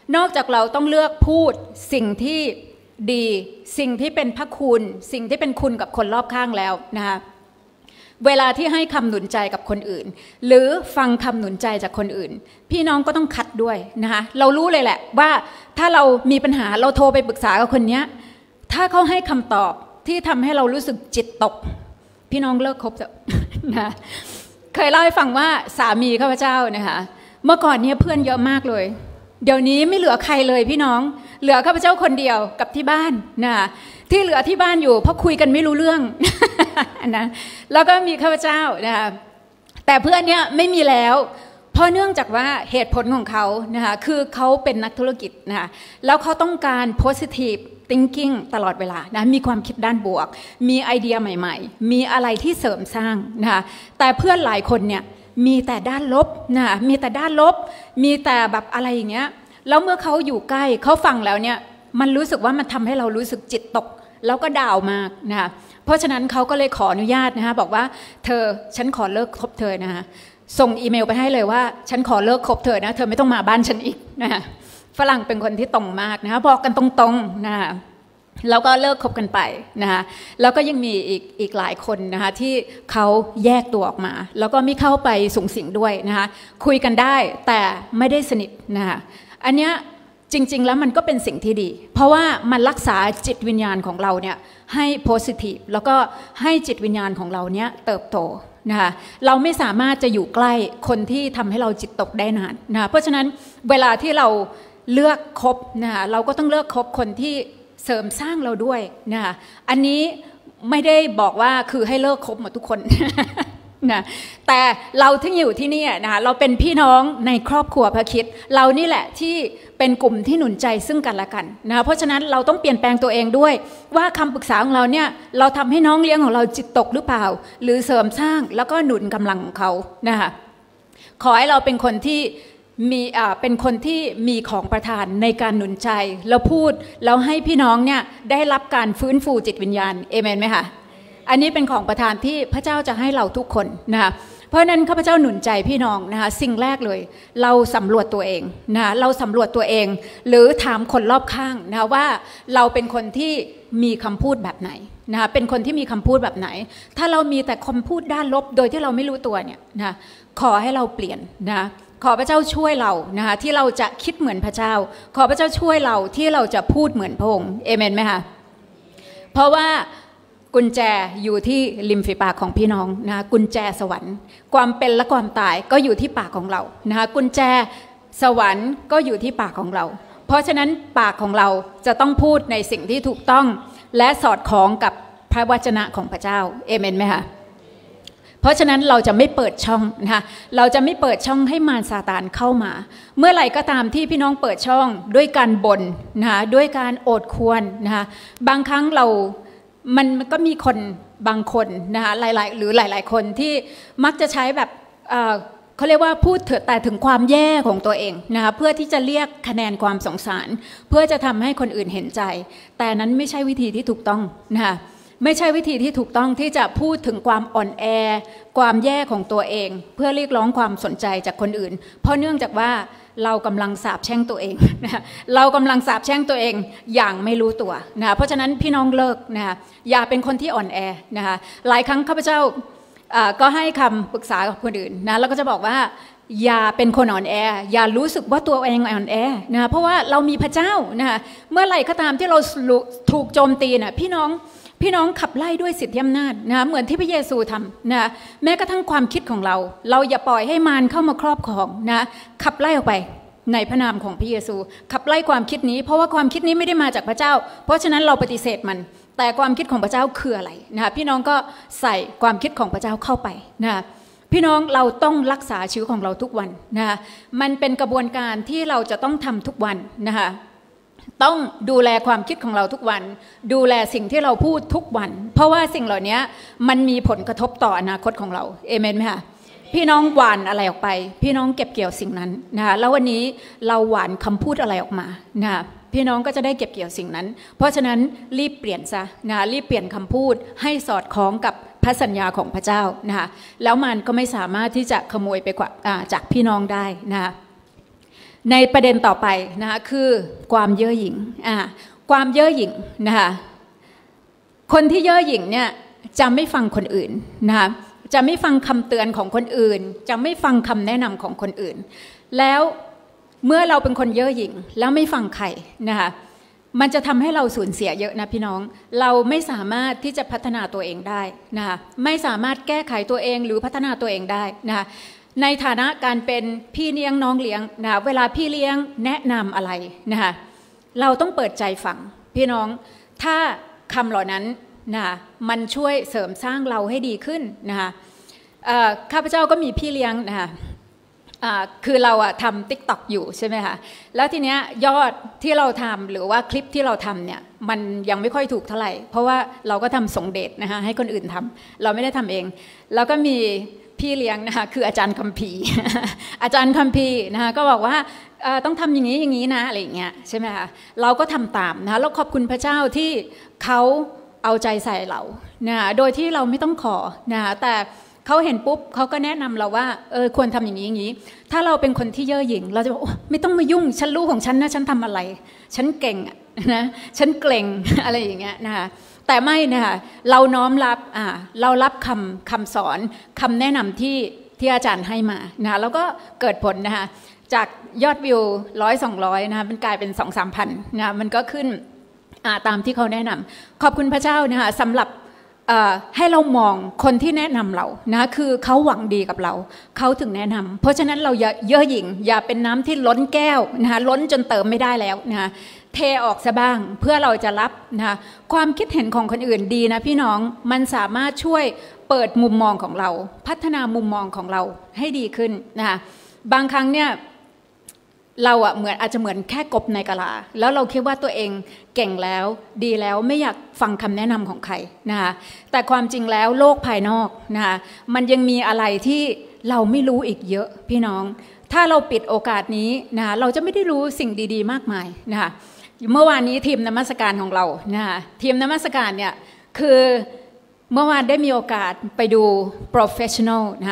นอกจากเราต้องเลือกพูดสิ่งที่ดีสิ่งที่เป็นพระคุณสิ่งที่เป็นคุณกับคนรอบข้างแล้วนะคะเวลาที่ให้คำหนุนใจกับคนอื่นหรือฟังคำหนุนใจจากคนอื่นพี่น้องก็ต้องคัดด้วยนะคะเรารู้เลยแหละว่าถ้าเรามีปัญหาเราโทรไปปรึกษากับคนนี้ถ้าเขาให้คำตอบที่ทำให้เรารู้สึกจิตตกพี่น้องเลิกคบเถอะนะเคยเล่าให้ฟังว่าสามีข้าพเจ้านะคะเมื่อก่อนนี้เพื่อนเยอะมากเลยเดี๋ยวนี้ไม่เหลือใครเลยพี่น้องเหลือข้าพเจ้าคนเดียวกับที่บ้านนะที่เหลือที่บ้านอยู่เพราะคุยกันไม่รู้เรื่องนะแล้วก็มีข้าพเจ้านะคะแต่เพื่อนเนี่ยไม่มีแล้วเพราะเนื่องจากว่าเหตุผลของเขานะคะคือเขาเป็นนักธุรกิจนะคะแล้วเขาต้องการ positive thinking ตลอดเวลานะมีความคิดด้านบวกมีไอเดียใหม่ๆมีอะไรที่เสริมสร้างนะคะแต่เพื่อนหลายคนเนี่ยมีแต่ด้านลบนะมีแต่ด้านลบมีแต่แบบอะไรอย่างเงี้ยแล้วเมื่อเขาอยู่ใกล้เขาฟังแล้วเนี่ยมันรู้สึกว่ามันทำให้เรารู้สึกจิตตกแล้วก็ดาวมากนะคะเพราะฉะนั้นเขาก็เลยขออนุญาตนะคะบอกว่าฉันขอเลิกคบเธอนะคะส่งอีเมลไปให้เลยว่าฉันขอเลิกคบเธอนะเธอไม่ต้องมาบ้านฉันอีกนะคะฝรั่งเป็นคนที่ตรงมากนะคะบอกกันตรงๆนะคะแล้วก็เลิกคบกันไปนะคะแล้วก็ยังมีอีกหลายคนนะคะที่เขาแยกตัวออกมาแล้วก็ไม่เข้าไปสุงสิงด้วยนะคะคุยกันได้แต่ไม่ได้สนิทนะคะอันเนี้ยจริงๆแล้วมันก็เป็นสิ่งที่ดีเพราะว่ามันรักษาจิตวิญญาณของเราเนี่ยให้โพสิทีฟแล้วก็ให้จิตวิญญาณของเราเนี่ยเติบโตนะคะเราไม่สามารถจะอยู่ใกล้คนที่ทำให้เราจิตตกได้นานนะเพราะฉะนั้นเวลาที่เราเลือกคบนะคะเราก็ต้องเลือกคบคนที่เสริมสร้างเราด้วยนะคะอันนี้ไม่ได้บอกว่าคือให้เลิกคบหมดทุกคนนะแต่เราที่อยู่ที่นี่นะคะเราเป็นพี่น้องในครอบครัวพระคริสต์เรานี่แหละที่เป็นกลุ่มที่หนุนใจซึ่งกันและกันนะเพราะฉะนั้นเราต้องเปลี่ยนแปลงตัวเองด้วยว่าคำปรึกษาของเราเนี่ยเราทำให้น้องเลี้ยงของเราจิตตกหรือเปล่าหรือเสริมสร้างแล้วก็หนุนกำลังของเขานะคะขอให้เราเป็นคนที่เป็นคนที่มีของประทานในการหนุนใจแล้วพูดแล้วให้พี่น้องเนี่ยได้รับการฟื้นฟูจิตวิญญาณเอเมนไหมคะอันนี้เป็นของประทานที่พระเจ้าจะให้เราทุกคนนะคะเพราะนั้นข้าพเจ้าหนุนใจพี่น้องนะคะสิ่งแรกเลยเราสำรวจตัวเองนะเราสำรวจตัวเองหรือถามคนรอบข้างนะว่าเราเป็นคนที่มีคำพูดแบบไหนนะคะเป็นคนที่มีคำพูดแบบไหนถ้าเรามีแต่คำพูดด้านลบโดยที่เราไม่รู้ตัวเนี่ยนะขอให้เราเปลี่ยนนะขอพระเจ้าช่วยเรานะคะที่เราจะคิดเหมือนพระเจ้าขอพระเจ้าช่วยเราที่เราจะพูดเหมือนพระองค์เอเมนไหมคะเพราะว่ากุญแจอยู่ที่ริมฝีปากของพี่น้องนะคะกุญแจสวรรค์ความเป็นและความตายก็อยู่ที่ปากของเรานะคะกุญแจสวรรค์ก็อยู่ที่ปากของเราเพราะฉะนั้นปากของเราจะต้องพูดในสิ่งที่ถูกต้องและสอดคล้องกับพระวจนะของพระเจ้าเอเมนไหมคะเพราะฉะนั้นเราจะไม่เปิดช่องนะคะเราจะไม่เปิดช่องให้มารซาตานเข้ามาเมื่อไหร่ก็ตามที่พี่น้องเปิดช่องด้วยการบ่นนะคะด้วยการโอดครวญนะคะบางครั้งมันก็มีคนบางคนนะคะหลายคนที่มักจะใช้แบบเขาเรียกว่าพูดแต่ถึงความแย่ของตัวเองนะคะเพื่อที่จะเรียกคะแนนความสงสารเพื่อจะทำให้คนอื่นเห็นใจแต่นั้นไม่ใช่วิธีที่ถูกต้องนะคะไม่ใช่วิธีที่ถูกต้องที่จะพูดถึงความอ่อนแอความแย่ของตัวเองเพื่อเรียกร้องความสนใจจากคนอื่นเพราะเนื่องจากว่าเรากำลังสาปแช่งตัวเองนะเรากำลังสาปแช่งตัวเองอย่างไม่รู้ตัวนะเพราะฉะนั้นพี่น้องเลิกนะอย่าเป็นคนที่อ่อนแอนะคะหลายครั้งข้าพเจ้าก็ให้คำปรึกษากับคนอื่นนะแล้วก็จะบอกว่าอย่าเป็นคนอ่อนแออย่ารู้สึกว่าตัวเองอ่อนแอนะเพราะว่าเรามีพระเจ้านะคะเมื่อไหร่ก็ตามที่เราถูกโจมตีนะพี่น้องขับไล่ด้วยสิทธิอำนาจนะเหมือนที่พระเยซูทำนะแม้กระทั่งความคิดของเราอย่าปล่อยให้มารเข้ามาครอบครองนะขับไล่ออกไปในพระนามของพระเยซูขับไล่ความคิดนี้เพราะว่าความคิดนี้ไม่ได้มาจากพระเจ้าเพราะฉะนั้นเราปฏิเสธมันแต่ความคิดของพระเจ้าคืออะไรนะพี่น้องก็ใส่ความคิดของพระเจ้าเข้าไปนะพี่น้องเราต้องรักษาชีวิตของเราทุกวันนะมันเป็นกระบวนการที่เราจะต้องทำทุกวันนะคะต้องดูแลความคิดของเราทุกวันดูแลสิ่งที่เราพูดทุกวันเพราะว่าสิ่งเหล่านี้มันมีผลกระทบต่ออนาคตของเราเอเมนไหมคะพี่น้องหว่านอะไรออกไปพี่น้องเก็บเกี่ยวสิ่งนั้นนะคะแล้ววันนี้เราหว่านคำพูดอะไรออกมานะคะพี่น้องก็จะได้เก็บเกี่ยวสิ่งนั้นเพราะฉะนั้นรีบเปลี่ยนซะนะรีบเปลี่ยนคำพูดให้สอดคล้องกับพระสัญญาของพระเจ้านะคะแล้วมันก็ไม่สามารถที่จะขโมยไปจากพี่น้องได้นะคะในประเด็นต่อไปนะคะคือความเย่อหยิ่งความเย่อหยิ่งนะคะคนที่เย่อหยิ่งเนี่ยจะไม่ฟังคนอื่นนะคะจะไม่ฟังคำเตือนของคนอื่นจะไม่ฟังคำแนะนำของคนอื่นแล้วเมื่อเราเป็นคนเย่อหยิ่งแล้วไม่ฟังใครนะคะมันจะทำให้เราสูญเสียเยอะนะพี่น้องเราไม่สามารถที่จะพัฒนาตัวเองได้นะคะไม่สามารถแก้ไขตัวเองหรือพัฒนาตัวเองได้นะคะในฐานะการเป็นพี่เลี้ยงน้องเลี้ยงนะเวลาพี่เลี้ยงแนะนำอะไรนะคะเราต้องเปิดใจฟังพี่น้องถ้าคำเหล่านั้นนะมันช่วยเสริมสร้างเราให้ดีขึ้นนะคะข้าพเจ้าก็มีพี่เลี้ยงนะคะคือเราทำ TikTok อยู่ใช่ไหมคะแล้วทีเนี้ยยอดที่เราทำหรือว่าคลิปที่เราทำเนี่ยมันยังไม่ค่อยถูกเท่าไหร่เพราะว่าเราก็ทำส่งเดชนะคะให้คนอื่นทำเราไม่ได้ทำเองแล้วก็มีพี่เลี้ยงนะคะคืออาจารย์คัมภีร์ อาจารย์คัมภีร์นะคะก็บอกว่าต้องทำอย่างนี้อย่างนี้นะอะไรอย่างเงี้ยใช่ไหมคะเราก็ทำตามนะคะแล้วขอบคุณพระเจ้าที่เขาเอาใจใส่เรานะโดยที่เราไม่ต้องขอนะแต่เขาเห็นปุ๊บเขาก็แนะนำเราว่าควรทำอย่างนี้อย่างนี้ถ้าเราเป็นคนที่เย่อหยิ่งเราจะบอกไม่ต้องมายุ่งฉันรู้ของฉันนะฉันทำอะไรฉันเก่งนะฉันเกรงอะไรอย่างเงี้ยนะคะแต่ไม่นะคะเราน้อมรับเรารับคำสอนคำแนะนำที่อาจารย์ให้มานะแล้วก็เกิดผลนะคะจากยอดวิว100-200นะคะมันกลายเป็น2-3 พันนะมันก็ขึ้นตามที่เขาแนะนำขอบคุณพระเจ้านะคะสำหรับให้เรามองคนที่แนะนำเรานะคือเขาหวังดีกับเราเขาถึงแนะนำเพราะฉะนั้นเราอย่าเย่อหยิ่งอย่าเป็นน้ำที่ล้นแก้วนะคะล้นจนเติมไม่ได้แล้วนะคะเทออกซะบ้างเพื่อเราจะรับนะคะความคิดเห็นของคนอื่นดีนะพี่น้องมันสามารถช่วยเปิดมุมมองของเราพัฒนามุมมองของเราให้ดีขึ้นนะคะบางครั้งเนี่ยเราอาจจะเหมือนแค่กบในกะลาแล้วเราคิดว่าตัวเองเก่งแล้วดีแล้วไม่อยากฟังคำแนะนำของใครนะคะแต่ความจริงแล้วโลกภายนอกนะคะมันยังมีอะไรที่เราไม่รู้อีกเยอะพี่น้องถ้าเราปิดโอกาสนี้นะคะเราจะไม่ได้รู้สิ่งดีๆมากมายนะคะเมื่อวานนี้ทีมนมัสการของเรานะคะทีมนมัสการเนี่ยคือเมื่อวานได้มีโอกาสไปดู professional นะคะ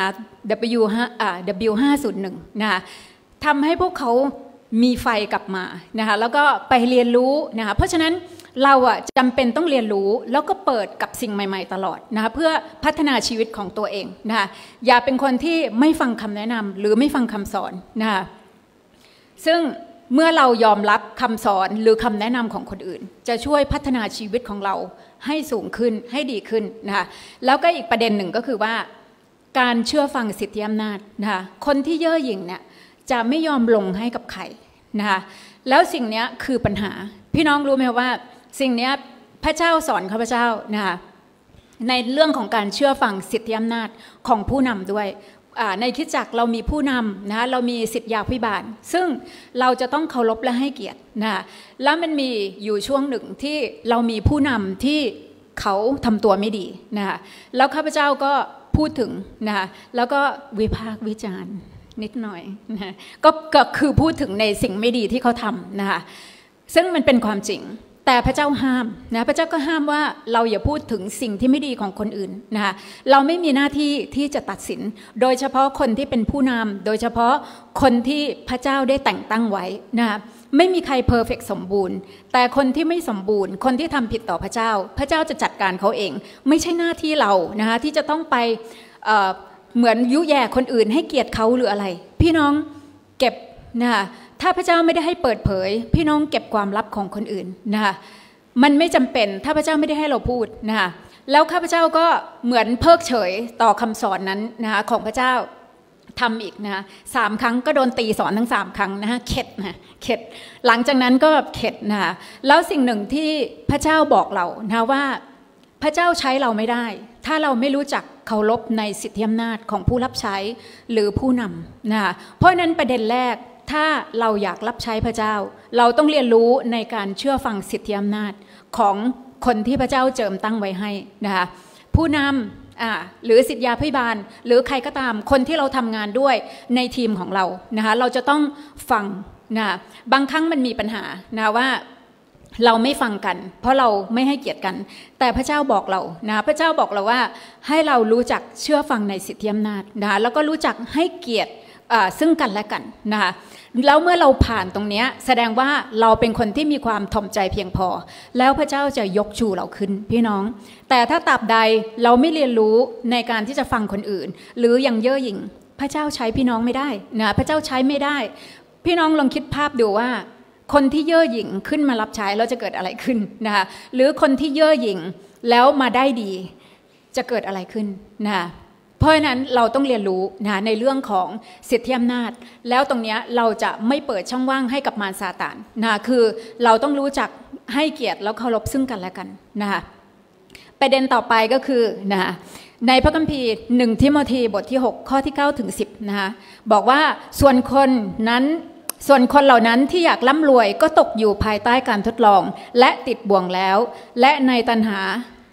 W501 นะคะทำให้พวกเขามีไฟกลับมานะคะแล้วก็ไปเรียนรู้นะคะเพราะฉะนั้นเราจำเป็นต้องเรียนรู้แล้วก็เปิดกับสิ่งใหม่ๆตลอดนะคะเพื่อพัฒนาชีวิตของตัวเองนะคะอย่าเป็นคนที่ไม่ฟังคำแนะนำหรือไม่ฟังคำสอนนะคะซึ่งเมื่อเรายอมรับคำสอนหรือคำแนะนำของคนอื่นจะช่วยพัฒนาชีวิตของเราให้สูงขึ้นให้ดีขึ้นนะคะแล้วก็อีกประเด็นหนึ่งก็คือว่าการเชื่อฟังสิทธิอำนาจนะคะคนที่เย่อหยิ่งเนี่ยจะไม่ยอมลงให้กับใครนะคะแล้วสิ่งนี้คือปัญหาพี่น้องรู้ไหมว่าสิ่งนี้พระเจ้าสอนข้าพเจ้านะคะในเรื่องของการเชื่อฟังสิทธิอำนาจของผู้นำด้วยในคริสตจักรเรามีผู้นำนะเรามีศิษยาภิบาลซึ่งเราจะต้องเคารพและให้เกียรตินะแล้วมันมีอยู่ช่วงหนึ่งที่เรามีผู้นำที่เขาทำตัวไม่ดีนะคะแล้วข้าพเจ้าก็พูดถึงนะคะแล้วก็วิพากษ์วิจารณ์นิดหน่อยนะก็คือพูดถึงในสิ่งไม่ดีที่เขาทำนะคะซึ่งมันเป็นความจริงแต่พระเจ้าห้ามนะพระเจ้าก็ห้ามว่าเราอย่าพูดถึงสิ่งที่ไม่ดีของคนอื่นนะคะเราไม่มีหน้าที่ที่จะตัดสินโดยเฉพาะคนที่เป็นผู้นำโดยเฉพาะคนที่พระเจ้าได้แต่งตั้งไว้นะคะไม่มีใครเพอร์เฟกต์สมบูรณ์แต่คนที่ไม่สมบูรณ์คนที่ทำผิดต่อพระเจ้าพระเจ้าจะจัดการเขาเองไม่ใช่หน้าที่เรานะคะที่จะต้องไปเหมือนยุแย่คนอื่นให้เกียรติเขาหรืออะไรพี่น้องเก็บนะคะถ้าพระเจ้าไม่ได้ให้เปิดเผยพี่น้องเก็บความลับของคนอื่นนะคะมันไม่จำเป็นถ้าพระเจ้าไม่ได้ให้เราพูดนะคะแล้วข้าพเจ้าก็เหมือนเพิกเฉยต่อคำสอนนั้นนะคะของพระเจ้าทำอีกนะคะ3 ครั้งก็โดนตีสอนทั้ง3 ครั้งนะคะเข็ดนะเข็ดหลังจากนั้นก็เข็ดนะคะแล้วสิ่งหนึ่งที่พระเจ้าบอกเรานะว่าพระเจ้าใช้เราไม่ได้ถ้าเราไม่รู้จักเคารพในสิทธิอำนาจของผู้รับใช้หรือผู้นำนะคะเพราะนั้นประเด็นแรกถ้าเราอยากรับใช้พระเจ้าเราต้องเรียนรู้ในการเชื่อฟังสิทธิอำนาจของคนที่พระเจ้าเจิมตั้งไว้ให้นะคะผู้นำหรือศิษยาภิบาลหรือใครก็ตามคนที่เราทำงานด้วยในทีมของเรานะคะเราจะต้องฟังนะบางครั้งมันมีปัญหานะว่าเราไม่ฟังกันเพราะเราไม่ให้เกียรติกันแต่พระเจ้าบอกเรานะพระเจ้าบอกเราว่าให้เรารู้จักเชื่อฟังในสิทธิอำนาจนะแล้วก็รู้จักให้เกียรติซึ่งกันและกันนะคะแล้วเมื่อเราผ่านตรงนี้แสดงว่าเราเป็นคนที่มีความถ่อมใจเพียงพอแล้วพระเจ้าจะยกชูเราขึ้นพี่น้องแต่ถ้าตราบใดเราไม่เรียนรู้ในการที่จะฟังคนอื่นหรือยังเย่อหยิ่งพระเจ้าใช้พี่น้องไม่ได้นะพระเจ้าใช้ไม่ได้พี่น้องลองคิดภาพดูว่าคนที่เย่อหยิ่งขึ้นมารับใช้แล้วจะเกิดอะไรขึ้นนะคะหรือคนที่เย่อหยิ่งแล้วมาได้ดีจะเกิดอะไรขึ้นนะคะเพราะฉะนั้นเราต้องเรียนรู้นะในเรื่องของสิทธิอำนาจแล้วตรงนี้เราจะไม่เปิดช่องว่างให้กับมารซาตานนะคือเราต้องรู้จักให้เกียรติแล้วเคารพซึ่งกันและกันนะคะประเด็นต่อไปก็คือนะในพระคัมภีร์1ทิโมธีบทที่6ข้อที่9ถึง10นะคะบอกว่าส่วนคนเหล่านั้นที่อยากร่ำรวยก็ตกอยู่ภายใต้การทดลองและติดบ่วงแล้วและในตัณหา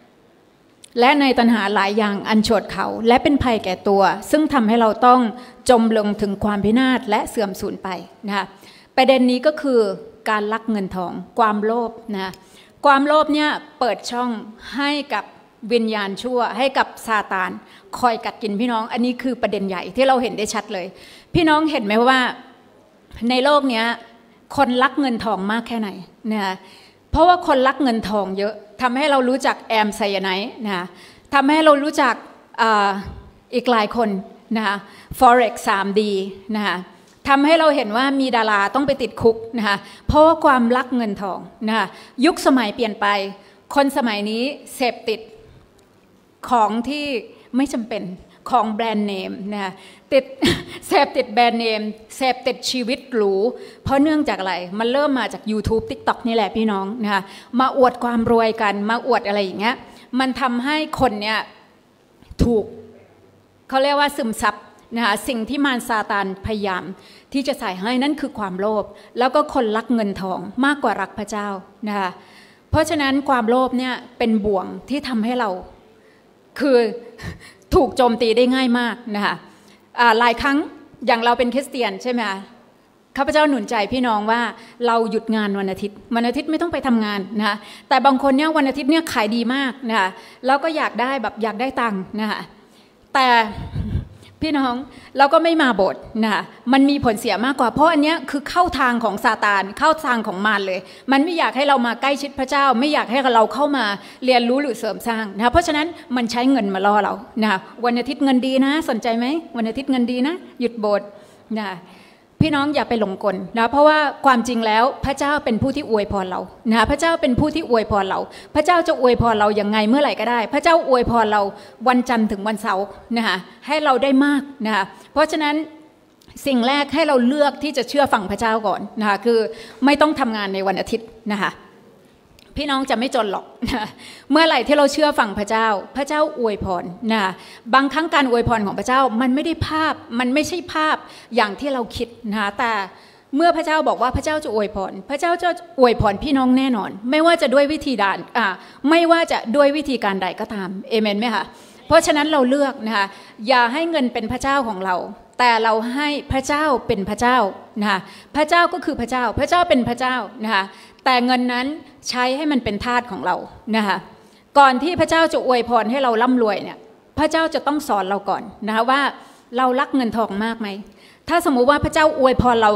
หลายอย่างอันโฉดเขาและเป็นภัยแก่ตัวซึ่งทำให้เราต้องจมลงถึงความพินาศและเสื่อมสูญไปนะคะประเด็นนี้ก็คือการลักเงินทองความโลภนะความโลภเนี่ยเปิดช่องให้กับวิญญาณชั่วให้กับซาตานคอยกัดกินพี่น้องอันนี้คือประเด็นใหญ่ที่เราเห็นได้ชัดเลยพี่น้องเห็นไหมว่าในโลกนี้คนรักเงินทองมากแค่ไหนนะเพราะว่าคนรักเงินทองเยอะทำให้เรารู้จักแอมไซยาไนด์นะทำให้เรารู้จักอีกหลายคนนะ Forex 3D นะทำให้เราเห็นว่ามีดาราต้องไปติดคุกนะคะเพราะว่าความรักเงินทองนะคะยุคสมัยเปลี่ยนไปคนสมัยนี้เสพติดของที่ไม่จำเป็นของแบรนด์เนมนะคะเสพติดแบรนด์เนมเสพติดชีวิตหรูเพราะเนื่องจากอะไรมันเริ่มมาจาก YouTube TikTok นี่แหละพี่น้องนะคะมาอวดความรวยกันมาอวดอะไรอย่างเงี้ยมันทำให้คนเนี่ยถูกเขาเรียกว่าซึมซับนะคะสิ่งที่มารซาตานพยายามที่จะใส่ให้นั่นคือความโลภแล้วก็คนรักเงินทองมากกว่ารักพระเจ้านะคะเพราะฉะนั้นความโลภเนี่ยเป็นบ่วงที่ทำให้เราคือถูกโจมตีได้ง่ายมากนะคะหลายครั้งอย่างเราเป็นคริสเตียนใช่ไหมข้าพเจ้าหนุนใจพี่น้องว่าเราหยุดงานวันอาทิตย์ไม่ต้องไปทำงานนะคะแต่บางคนเนี่ยวันอาทิตย์เนี่ยขายดีมากนะคะแล้วก็อยากได้ตังค์นะคะแต่พี่น้องเราก็ไม่มาโบสถ์นะคะมันมีผลเสียมากกว่าเพราะอันนี้คือเข้าทางของซาตานเข้าทางของมารเลยมันไม่อยากให้เรามาใกล้ชิดพระเจ้าไม่อยากให้เราเข้ามาเรียนรู้หรือเสริมสร้างนะคะเพราะฉะนั้นมันใช้เงินมาล่อเรานะคะวันอาทิตย์เงินดีนะสนใจไหมวันอาทิตย์เงินดีนะหยุดโบสถ์นะคะพี่น้องอย่าไปหลงกลนะเพราะว่าความจริงแล้วพระเจ้าเป็นผู้ที่อวยพรเรานะพระเจ้าเป็นผู้ที่อวยพรเราพระเจ้าจะอวยพรเราอย่างไงเมื่อไหร่ก็ได้พระเจ้าอวยพรเราวันจันทร์ถึงวันเสาร์นะคะให้เราได้มากนะคะเพราะฉะนั้นสิ่งแรกให้เราเลือกที่จะเชื่อฟังพระเจ้าก่อนนะคะคือไม่ต้องทำงานในวันอาทิตย์นะคะพี่น้องจะไม่จนหรอกนะเมื่อไหร่ที่เราเชื่อฟังพระเจ้าพระเจ้าอวยพรนะบางครั้งการอวยพรของพระเจ้ามันไม่ใช่ภาพอย่างที่เราคิดนะแต่เมื่อพระเจ้าบอกว่าพระเจ้าจะอวยพรพระเจ้าจะอวยพรพี่น้องแน่นอนไม่ว่าจะด้วยวิธีไม่ว่าจะด้วยวิธีการใดก็ตามเอเมนไหมคะเพราะฉะนั้นเราเลือกนะคะอย่าให้เงินเป็นพระเจ้าของเราแต่เราให้พระเจ้าเป็นพระเจ้านะคะพระเจ้าก็คือพระเจ้าเป็นพระเจ้านะคะแต่เงินนั้นใช้ให้มันเป็นทาสของเรานะคะก่อนที่พระเจ้าจะอวยพรให้เราร่ำรวยเนี่ยพระเจ้าจะต้องสอนเราก่อนนะคะว่าเรารักเงินทองมากไหมถ้าสมมุติว่าพระเจ้าอวยพรเรา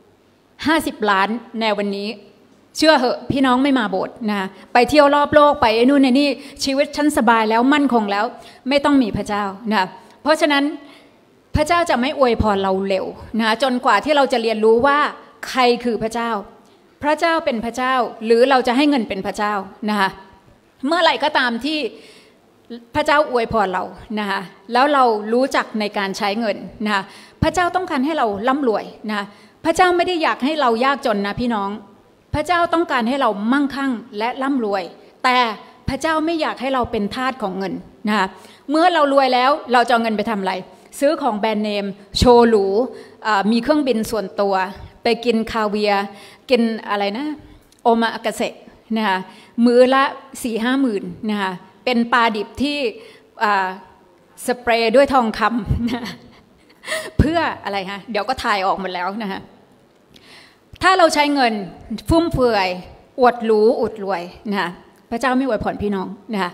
50 ล้านในวันนี้เชื่อเหอะพี่น้องไม่มาโบสถ์นะไปเที่ยวรอบโลกไปไอ้นู่นไอ้นี่ชีวิตฉันสบายแล้วมั่นคงแล้วไม่ต้องมีพระเจ้านะเพราะฉะนั้นพระเจ้าจะไม่อวยพรเราเร็วนะจนกว่าที่เราจะเรียนรู้ว่าใครคือพระเจ้าพระเจ้าเป็นพระเจ้าหรือเราจะให้เงินเป็นพระเจ้านะคะเมื่อไหร่ก็ตามที่พระเจ้าอวยพรเรานะคะแล้วเรารู้จักในการใช้เงินนะคะพระเจ้าต้องการให้เราร่ำรวยนะพระเจ้าไม่ได้อยากให้เรายากจนนะพี่น้องพระเจ้าต้องการให้เรามั่งคั่งและร่ำรวยแต่พระเจ้าไม่อยากให้เราเป็นทาสของเงินนะคะเมื่อเรารวยแล้วเราจะเอาเงินไปทำอะไรซื้อของแบรนด์เนมโชว์หรูมีเครื่องบินส่วนตัวไปกินคาเวียกินอะไรนะโอมาอากาเซะนะคะมื้อละ 4-5 หมื่นนะคะเป็นปลาดิบที่สเปรย์ด้วยทองคำนะเพื่ออะไรฮะเดี๋ยวก็ถ่ายออกหมดแล้วนะคะถ้าเราใช้เงินฟุ่มเฟือยอวดหรูอวดรวยนะคะพระเจ้าไม่อวยพรพี่น้องนะคะ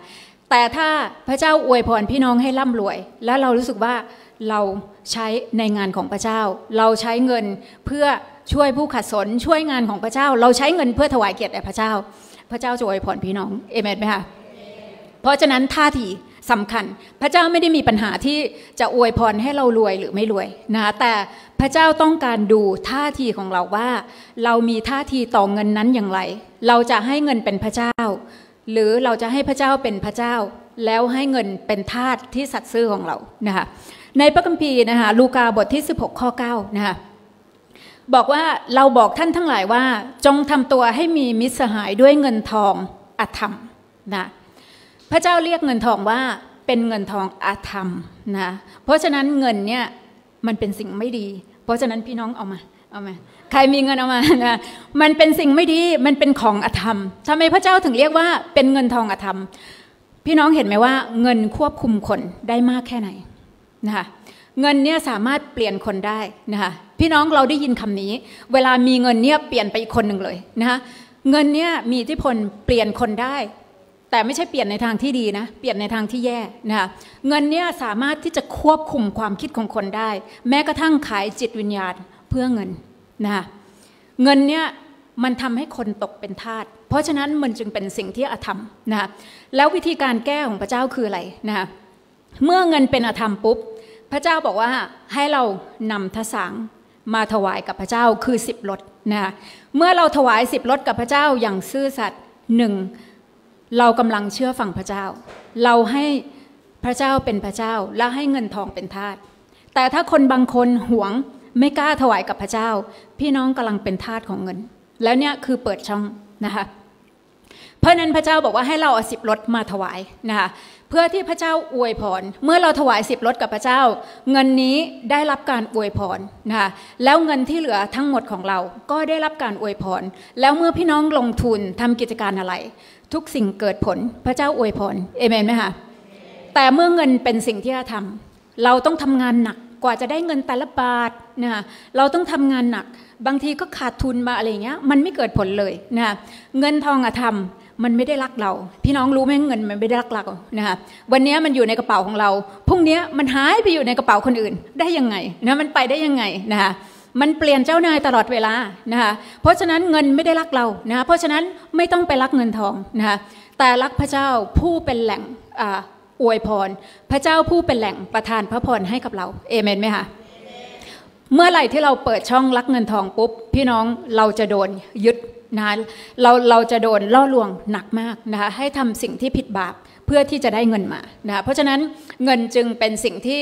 แต่ถ้าพระเจ้าอวยพรพี่น้องให้ร่ำรวยแล้วเรารู้สึกว่าเราใช้ในงานของพระเจ้าเราใช้เงินเพื่อช่วยผู้ขัดสนช่วยงานของพระเจ้าเราใช้เงินเพื่อถวายเกียรติแด่พระเจ้าพระเจ้าจะอวยพรพี่น้องเอเมนไหมคะเพราะฉะนั้นท่าทีสำคัญพระเจ้าไม่ได้มีปัญหาที่จะอวยพรให้เรารวยหรือไม่รวยนะแต่พระเจ้าต้องการดูท่าทีของเราว่าเรามีท่าทีต่อเงินนั้นอย่างไรเราจะให้เงินเป็นพระเจ้าหรือเราจะให้พระเจ้าเป็นพระเจ้าแล้วให้เงินเป็นทาสที่สัตย์ซื่อของเรานะคะในพระคัมภีร์นะคะลูกาบทที่16ข้อ9นะคะบอกว่าเราบอกท่านทั้งหลายว่าจงทำตัวให้มีมิตรสหายด้วยเงินทองอธรรมนะพระเจ้าเรียกเงินทองว่าเป็นเงินทองอธรรมนะเพราะฉะนั้นเงินเนี่ยมันเป็นสิ่งไม่ดีเพราะฉะนั้นพี่น้องเอามาใครมีเงินเอามานะมันเป็นสิ่งไม่ดีมันเป็นของอธรรมทำไมพระเจ้าถึงเรียกว่าเป็นเงินทองอธรรมพี่น้องเห็นไหมว่าเงินควบคุมคนได้มากแค่ไหนนะคะเงินเนี่ยสามารถเปลี่ยนคนได้นะคะพี่น้องเราได้ยินคำนี้เวลามีเงินเนี่ยเปลี่ยนไปอีกคนหนึ่งเลยนะคะเงินเนี่ยมีอิทธิพลเปลี่ยนคนได้แต่ไม่ใช่เปลี่ยนในทางที่ดีนะเปลี่ยนในทางที่แย่นะคะเงินเนี่ยสามารถที่จะควบคุมความคิดของคนได้แม้กระทั่งขายจิตวิญญาณเพื่อเงินนะคะเงินเนี่ยมันทำให้คนตกเป็นทาสเพราะฉะนั้นมันจึงเป็นสิ่งที่อธรรมนะคะแล้ววิธีการแก้ของพระเจ้าคืออะไรนะคะเมื่อเงินเป็นอธรรมปุ๊บพระเจ้าบอกว่าให้เรานำทสางมาถวายกับพระเจ้าคือ10 รถนะคะเมื่อเราถวาย10 รถกับพระเจ้าอย่างซื่อสัตย์1เรากำลังเชื่อฟังพระเจ้าเราให้พระเจ้าเป็นพระเจ้าและให้เงินทองเป็นทาสแต่ถ้าคนบางคนหวงไม่กล้าถวายกับพระเจ้าพี่น้องกำลังเป็นทาสของเงินแล้วเนี่ยคือเปิดช่องนะคะเพราะนั้นพระเจ้าบอกว่าให้เราเอา10 รถมาถวายนะคะเพื่อที่พระเจ้าอวยพรเมื่อเราถวาย10 รถกับพระเจ้าเงินนี้ได้รับการอวยพรนะคะแล้วเงินที่เหลือทั้งหมดของเราก็ได้รับการอวยพรแล้วเมื่อพี่น้องลงทุนทำกิจการอะไรทุกสิ่งเกิดผลพระเจ้าอวยพรเอเมนไหมคะแต่เมื่อเงินเป็นสิ่งที่เราทำเราต้องทำงานหนักกว่าจะได้เงินแต่ละบาทนะคะเราต้องทำงานหนักบางทีก็ขาดทุนมาอะไรเงี้ยมันไม่เกิดผลเลยนะคะเงินทองอะทำมันไม่ได้รักเราพี่น้องรู้ไหมเงินมันไม่ได้รักเรานะคะวันนี้มันอยู่ในกระเป๋าของเราพรุ่งนี้มันหายไปอยู่ในกระเป๋าคนอื่นได้ยังไงนะมันไปได้ยังไงนะคะมันเปลี่ยนเจ้านายตลอดเวลานะคะเพราะฉะนั้นเงินไม่ได้รักเรานะคะเพราะฉะนั้นไม่ต้องไปรักเงินทองนะคะแต่รักพระเจ้าผู้เป็นแหล่งอวยพรพระเจ้าผู้เป็นแหล่งประทานพระพรให้กับเราเอเมนไหมคะเมื่อไหร่ที่เราเปิดช่องรักเงินทองปุ๊บพี่น้องเราจะโดนยึดนะเราจะโดนล่อลวงหนักมากนะคะให้ทำสิ่งที่ผิดบาปเพื่อที่จะได้เงินมานะคะเพราะฉะนั้นเงินจึงเป็นสิ่งที่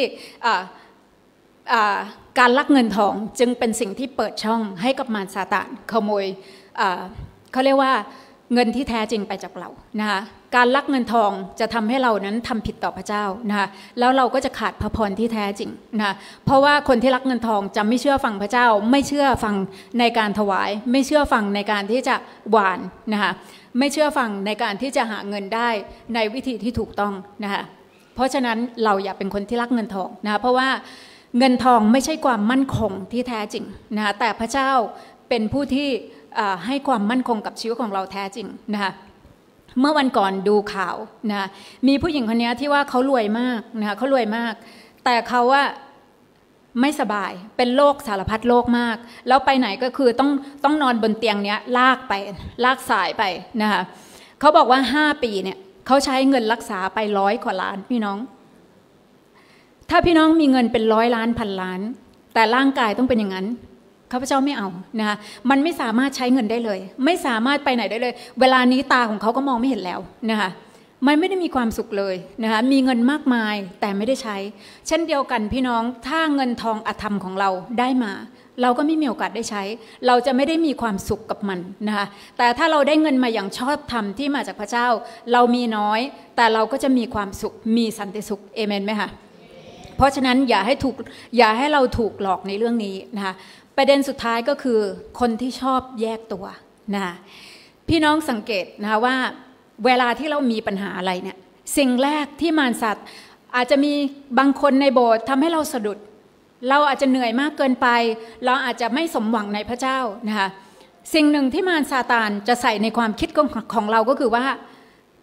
การลักเงินทองจึงเป็นสิ่งที่เปิดช่องให้กับมารซาตานขโมยเขาเรียกว่าเงินที่แท้จริงไปจากเรานะคะการลักเงินทองจะทำให้เรานั้นทำผิดต่อพระเจ้านะคะแล้วเราก็จะขาดพระพรที่แท้จริงนะคะเพราะว่าคนที่ลักเงินทองจะไม่เชื่อฟังพระเจ้าไม่เชื่อฟังในการถวายไม่เชื่อฟังในการที่จะหวานนะคะไม่เชื่อฟังในการที่จะหาเงินได้ในวิธีที่ถูกต้องนะคะเพราะฉะนั้นเราอย่าเป็นคนที่ลักเงินทองนะคะเพราะว่าเงินทองไม่ใช่ความมั่นคงที่แท้จริงนะคะแต่พระเจ้าเป็นผู้ที่ให้ความมั่นคงกับชีวิตของเราแท้จริงนะคะเมื่อวันก่อนดูข่าวนะมีผู้หญิงคนนี้ที่ว่าเขารวยมากนะคะเขารวยมากแต่เขาว่าไม่สบายเป็นโรคสารพัดโรคมากแล้วไปไหนก็คือต้องนอนบนเตียงเนี้ยลากสายไปนะคะเขาบอกว่า5 ปีเนี่ยเขาใช้เงินรักษาไป100 กว่าล้านพี่น้องถ้าพี่น้องมีเงินเป็น100 ล้านพันล้านแต่ร่างกายต้องเป็นอย่างนั้นข้าพเจ้าไม่เอานะคะมันไม่สามารถใช้เงินได้เลยไม่สามารถไปไหนได้เลยเวลานี้ตาของเขาก็มองไม่เห็นแล้วนะคะมันไม่ได้มีความสุขเลยนะคะมีเงินมากมายแต่ไม่ได้ใช้เช่นเดียวกันพี่น้องถ้าเงินทองอธรรมของเราได้มาเราก็ไม่มีโอกาสได้ใช้เราจะไม่ได้มีความสุขกับมันนะคะแต่ถ้าเราได้เงินมาอย่างชอบธรรมที่มาจากพระเจ้าเรามีน้อยแต่เราก็จะมีความสุขมีสันติสุขเอเมนไหมคะเพราะฉะนั้นอย่าให้เราถูกหลอกในเรื่องนี้นะคะประเด็นสุดท้ายก็คือคนที่ชอบแยกตัวนะพี่น้องสังเกตนะคะว่าเวลาที่เรามีปัญหาอะไรเนี่ยสิ่งแรกที่มารซาตานอาจจะมีบางคนในโบสถ์ทำให้เราสะดุดเราอาจจะเหนื่อยมากเกินไปเราอาจจะไม่สมหวังในพระเจ้านะคะสิ่งหนึ่งที่มารซาตานจะใส่ในความคิดของเราก็คือว่า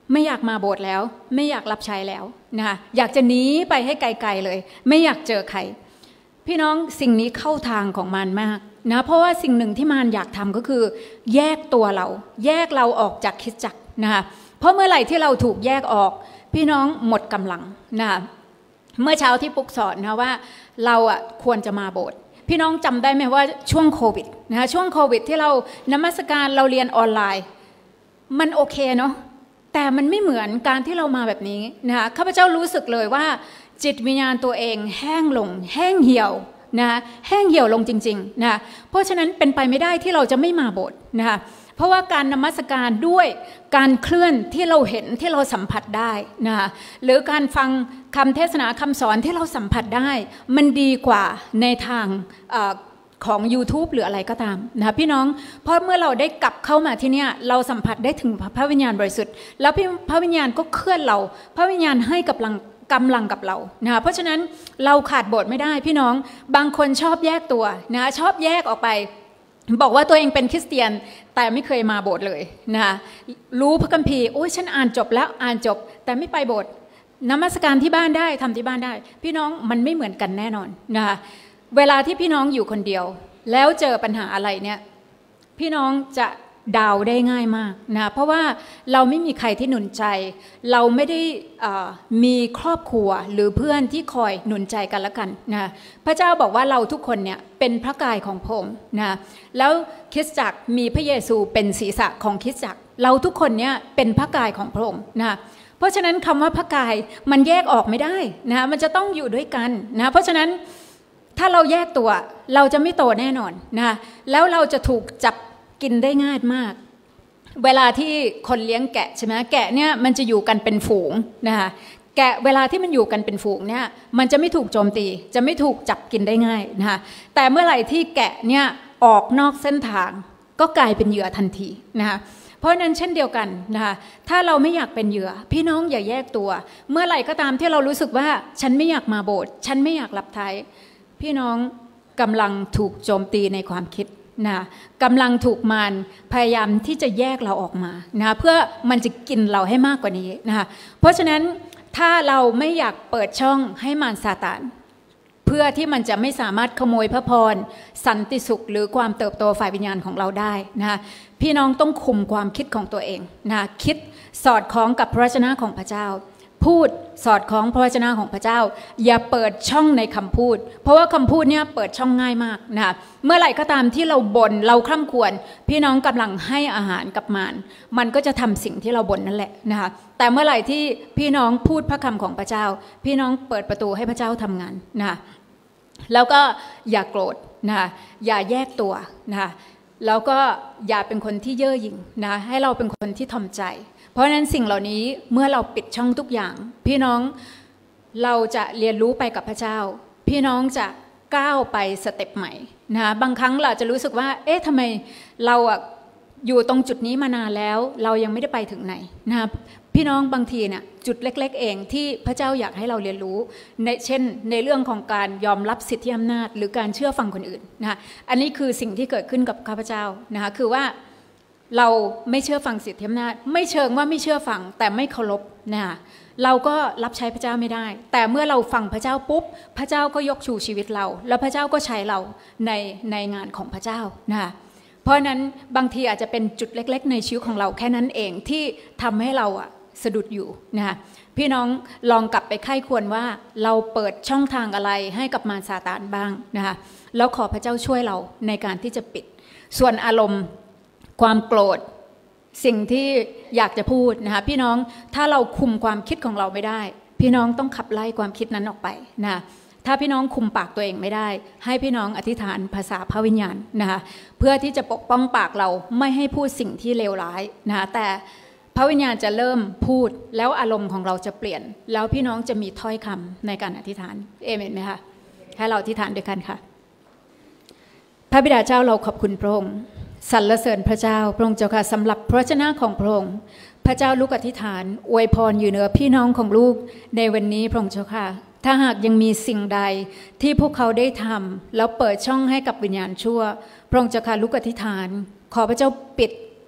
ไม่อยากมาโบสถ์แล้วไม่อยากรับใช้แล้วนะคะอยากจะหนีไปให้ไกลๆเลยไม่อยากเจอใครพี่น้องสิ่งนี้เข้าทางของมารมากนะเพราะว่าสิ่งหนึ่งที่มารอยากทำก็คือแยกตัวเราแยกเราออกจากคริสตจักรนะคะเพราะเมื่อไหร่ที่เราถูกแยกออกพี่น้องหมดกำลังนะคะเมื่อเช้าที่ปุ๊กสอนนะว่าเราควรจะมาโบสถ์พี่น้องจำได้ไหมว่าช่วงโควิดนะคะช่วงโควิดที่เรานมัสการเราเรียนออนไลน์มันโอเคเนาะแต่มันไม่เหมือนการที่เรามาแบบนี้นะคะข้าพเจ้ารู้สึกเลยว่าจิตวิญญาณตัวเองแห้งลงแห้งเหี่ยวนะแห้งเหี่ยวลงจริงๆนะเพราะฉะนั้นเป็นไปไม่ได้ที่เราจะไม่มาโบสถ์นะคะเพราะว่าการนมัสการด้วยการเคลื่อนที่เราเห็นที่เราสัมผัสได้นะคะหรือการฟังคำเทศนาคำสอนที่เราสัมผัสได้มันดีกว่าในทางของ YouTube หรืออะไรก็ตามนะคะพี่น้องเพราะเมื่อเราได้กลับเข้ามาที่นี่เราสัมผัสได้ถึงพระวิญญาณบริสุทธิ์แล้วพระวิญญาณก็เคลื่อนเราพระวิญญาณให้กำลังกับเรานะคะเพราะฉะนั้นเราขาดโบสถ์ไม่ได้พี่น้องบางคนชอบแยกตัวนะชอบแยกออกไปบอกว่าตัวเองเป็นคริสเตียนแต่ไม่เคยมาโบสถ์เลยนะคะรู้พระคัมภีร์โอ้ยฉันอ่านจบแล้วอ่านจบแต่ไม่ไปโบสถ์นมัสการที่บ้านได้ทำที่บ้านได้พี่น้องมันไม่เหมือนกันแน่นอนนะคะเวลาที่พี่น้องอยู่คนเดียวแล้วเจอปัญหาอะไรเนี่ยพี่น้องจะดาวได้ง่ายมากนะเพราะว่าเราไม่มีใครที่หนุนใจเราไม่ได้มีครอบครัวหรือเพื่อนที่คอยหนุนใจกันละกันนะพระเจ้าบอกว่าเราทุกคนเนี่ยเป็นพระกายของพระองค์นะแล้วคริสตจักรมีพระเยซูเป็นศีรษะของคริสตจักรเราทุกคนเนี่ยเป็นพระกายของพระองค์นะเพราะฉะนั้นคำว่าพระกายมันแยกออกไม่ได้นะมันจะต้องอยู่ด้วยกันนะเพราะฉะนั้นถ้าเราแยกตัวเราจะไม่โตแน่นอนนะแล้วเราจะถูกจับกินได้ง่ายมากเวลาที่คนเลี้ยงแกะใช่ไหมแกะเนี่ยมันจะอยู่กันเป็นฝูงนะคะแกะเวลาที่มันอยู่กันเป็นฝูงเนี่ยมันจะไม่ถูกโจมตีจะไม่ถูกจับกินได้ง่ายนะคะแต่เมื่อไหร่ที่แกะเนี่ยออกนอกเส้นทางก็กลายเป็นเหยื่อทันทีนะคะเพราะนั้นเช่นเดียวกันนะคะถ้าเราไม่อยากเป็นเหยื่อพี่น้องอย่าแยกตัวเมื่อไหร่ก็ตามที่เรารู้สึกว่าฉันไม่อยากมาโบสถ์ฉันไม่อยากรับใช้พี่น้องกำลังถูกโจมตีในความคิดนะกำลังถูกมารพยายามที่จะแยกเราออกมานะเพื่อมันจะกินเราให้มากกว่านี้นะคะเพราะฉะนั้นถ้าเราไม่อยากเปิดช่องให้มารซาตานเพื่อที่มันจะไม่สามารถขโมยพระพรสันติสุขหรือความเติบโตฝ่ายวิญญาณของเราได้นะคะพี่น้องต้องคุมความคิดของตัวเองนะคิดสอดคล้องกับพระวจนะของพระเจ้าพูดสอดคล้องพระวจนะของพระเจ้าอย่าเปิดช่องในคำพูดเพราะว่าคำพูดเนี่ยเปิดช่องง่ายมากนะเมื่อไหร่ก็ตามที่เราบ่นเราคร่ำครวญพี่น้องกำลังให้อาหารกับมันก็จะทำสิ่งที่เราบ่นนั่นแหละนะคะแต่เมื่อไหร่ที่พี่น้องพูดพระคำของพระเจ้าพี่น้องเปิดประตูให้พระเจ้าทำงานนะแล้วก็อย่าโกรธนะอย่าแยกตัวนะแล้วก็อย่าเป็นคนที่เย่อหยิ่งนะให้เราเป็นคนที่ถ่อมใจเพราะฉะนั้นสิ่งเหล่านี้เมื่อเราปิดช่องทุกอย่างพี่น้องเราจะเรียนรู้ไปกับพระเจ้าพี่น้องจะก้าวไปสเต็ปใหม่นะบางครั้งเราจะรู้สึกว่าเอ๊ะทำไมเราอยู่ตรงจุดนี้มานานแล้วเรายังไม่ได้ไปถึงไหนนะพี่น้องบางทีเนี่ยจุดเล็กๆเองที่พระเจ้าอยากให้เราเรียนรู้เช่นในเรื่องของการยอมรับสิทธิอำนาจหรือการเชื่อฟังคนอื่นนะอันนี้คือสิ่งที่เกิดขึ้นกับข้าพเจ้านะคะคือว่าเราไม่เชื่อฟังสิทธิอำนาจไม่เชิงว่าไม่เชื่อฟังแต่ไม่เคารพนะคะเราก็รับใช้พระเจ้าไม่ได้แต่เมื่อเราฟังพระเจ้าปุ๊บพระเจ้าก็ยกชูชีวิตเราแล้วพระเจ้าก็ใช้เราในงานของพระเจ้านะคะเพราะนั้นบางทีอาจจะเป็นจุดเล็กๆในชีวิตของเราแค่นั้นเองที่ทำให้เราสะดุดอยู่นะคะพี่น้องลองกลับไปไข้ควรว่าเราเปิดช่องทางอะไรให้กับมารซาตานบ้างนะคะแล้วขอพระเจ้าช่วยเราในการที่จะปิดส่วนอารมณ์ความโกรธสิ่งที่อยากจะพูดนะคะพี่น้องถ้าเราคุมความคิดของเราไม่ได้พี่น้องต้องขับไล่ความคิดนั้นออกไปนะถ้าพี่น้องคุมปากตัวเองไม่ได้ให้พี่น้องอธิษฐานภาษาพระวิญญาณนะคะเพื่อที่จะปกป้องปากเราไม่ให้พูดสิ่งที่เลวร้ายนะคะแต่พระวิญญาณจะเริ่มพูดแล้วอารมณ์ของเราจะเปลี่ยนแล้วพี่น้องจะมีถ้อยคำในการอธิษฐานเอเมนไหมคะให้เราอธิษฐานด้วยกันค่ะพระบิดาเจ้าเราขอบคุณพระองค์สรรเสริญพระเจ้าพระองค์เจ้าค่ะสำหรับพระวจนะของพระองค์พระเจ้าลูกอธิษฐานอวยพรอยู่เหนือพี่น้องของลูกในวันนี้พระองค์เจ้าค่ะถ้าหากยังมีสิ่งใดที่พวกเขาได้ทำแล้วเปิดช่องให้กับวิญญาณชั่วพระองค์เจ้าค่ะลูกอธิษฐานขอพระเจ้าปิด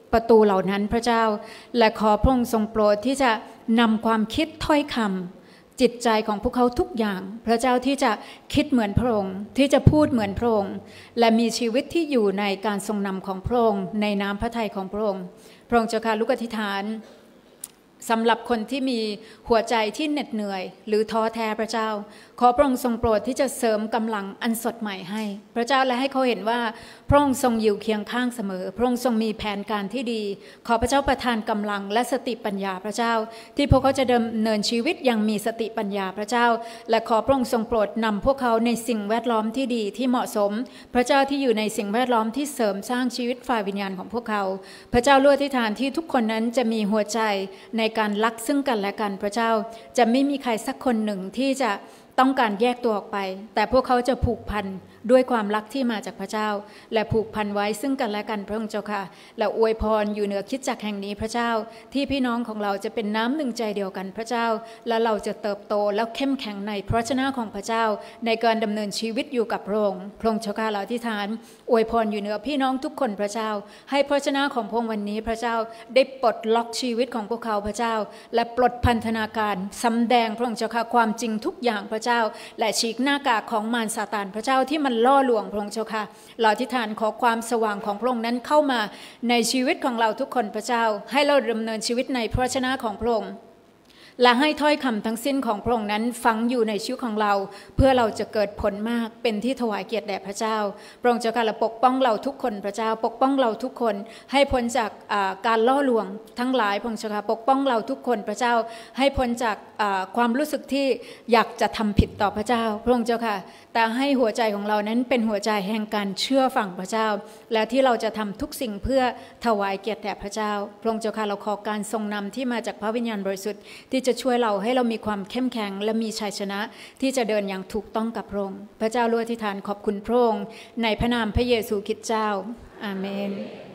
ประตูเหล่านั้นพระเจ้าและขอพระองค์ทรงโปรดที่จะนำความคิดถ้อยคำจิตใจของพวกเขาทุกอย่างพระเจ้าที่จะคิดเหมือนพระองค์ที่จะพูดเหมือนพระองค์และมีชีวิตที่อยู่ในการทรงนำของพระองค์ในน้ำพระทัยของพระองค์พระองค์เจ้าค่ะลูกอธิษฐานสำหรับคนที่มีหัวใจที่เหน็ดเหนื่อยหรือท้อแท้พระเจ้าขอพระองค์ทรงโปรดที่จะเสริมกำลังอันสดใหม่ให้พระเจ้าและให้เขาเห็นว่าพระองค์ทรงอยู่เคียงข้างเสมอพระองค์ทรงมีแผนการที่ดีขอพระเจ้าประทานกำลังและสติปัญญาพระเจ้าที่พวกเขาจะดำเนินชีวิตอย่างมีสติปัญญาพระเจ้าและขอพระองค์ทรงโปรดนำพวกเขาในสิ่งแวดล้อมที่ดีที่เหมาะสมพระเจ้าที่อยู่ในสิ่งแวดล้อมที่เสริมสร้างชีวิตฝ่ายวิญญาณของพวกเขาพระเจ้าลู่อธิษฐานที่ทุกคนนั้นจะมีหัวใจในการรักซึ่งกันและกันพระเจ้าจะไม่มีใครสักคนหนึ่งที่จะต้องการแยกตัวออกไปแต่พวกเขาจะผูกพันด้วยความรักที่มาจากพระเจ้าและผูกพันไว้ซึ่งกันและกันพระองค์เจ้าค่ะและอวยพรอยู่เหนือคริสตจักรแห่งนี้พระเจ้าที่พี่น้องของเราจะเป็นน้ำหนึ่งใจเดียวกันพระเจ้าและเราจะเติบโตแล้วเข้มแข็งในพระวจนะของพระเจ้าในการดำเนินชีวิตอยู่กับพระองค์พระองค์เจ้าค่ะเราอธิษฐานอวยพรอยู่เหนือพี่น้องทุกคนพระเจ้าให้พระวจนะของพระองค์วันนี้พระเจ้าได้ปลดล็อกชีวิตของพวกเขาพระเจ้าและปลดพันธนาการสำแดงพระองค์เจ้าค่ะความจริงทุกอย่างพระเจ้าและฉีกหน้ากากของมารซาตานพระเจ้าที่มันล่อลวงพระองค์เจ้าค่ะเราอธิษฐานขอความสว่างของพระองค์นั้นเข้ามาในชีวิตของเราทุกคนพระเจ้าให้เราดำเนินชีวิตในพระวจนะของพระองค์และให้ถ้อยคำทั้งสิ้นของพระองค์นั้นฝังอยู่ในชีวิตของเราเพื่อเราจะเกิดผลมากเป็นที่ถวายเกียรติแด่พระเจ้าพระองค์เจ้าค่ะและปกป้องเราทุกคนพระเจ้าปกป้องเราทุกคนให้พ้นจากการล่อลวงทั้งหลายพระองค์เจ้าค่ะปกป้องเราทุกคนพระเจ้าให้พ้นจากความรู้สึกที่อยากจะทำผิดต่อพระเจ้าพระองค์เจ้าค่ะแต่ให้หัวใจของเรานั้นเป็นหัวใจแห่งการเชื่อฟังพระเจ้าและที่เราจะทำทุกสิ่งเพื่อถวายเกียรติแด่พระเจ้าพระองค์เจ้าค่ะเราขอการทรงนำที่มาจากพระวิญญาณบริสุทธิ์ที่จะช่วยเราให้เรามีความเข้มแข็งและมีชัยชนะที่จะเดินอย่างถูกต้องกับพระองค์พระเจ้าลู่อธิษฐานขอบคุณพระองค์ในพระนามพระเยซูคริสต์เจ้าอาเมน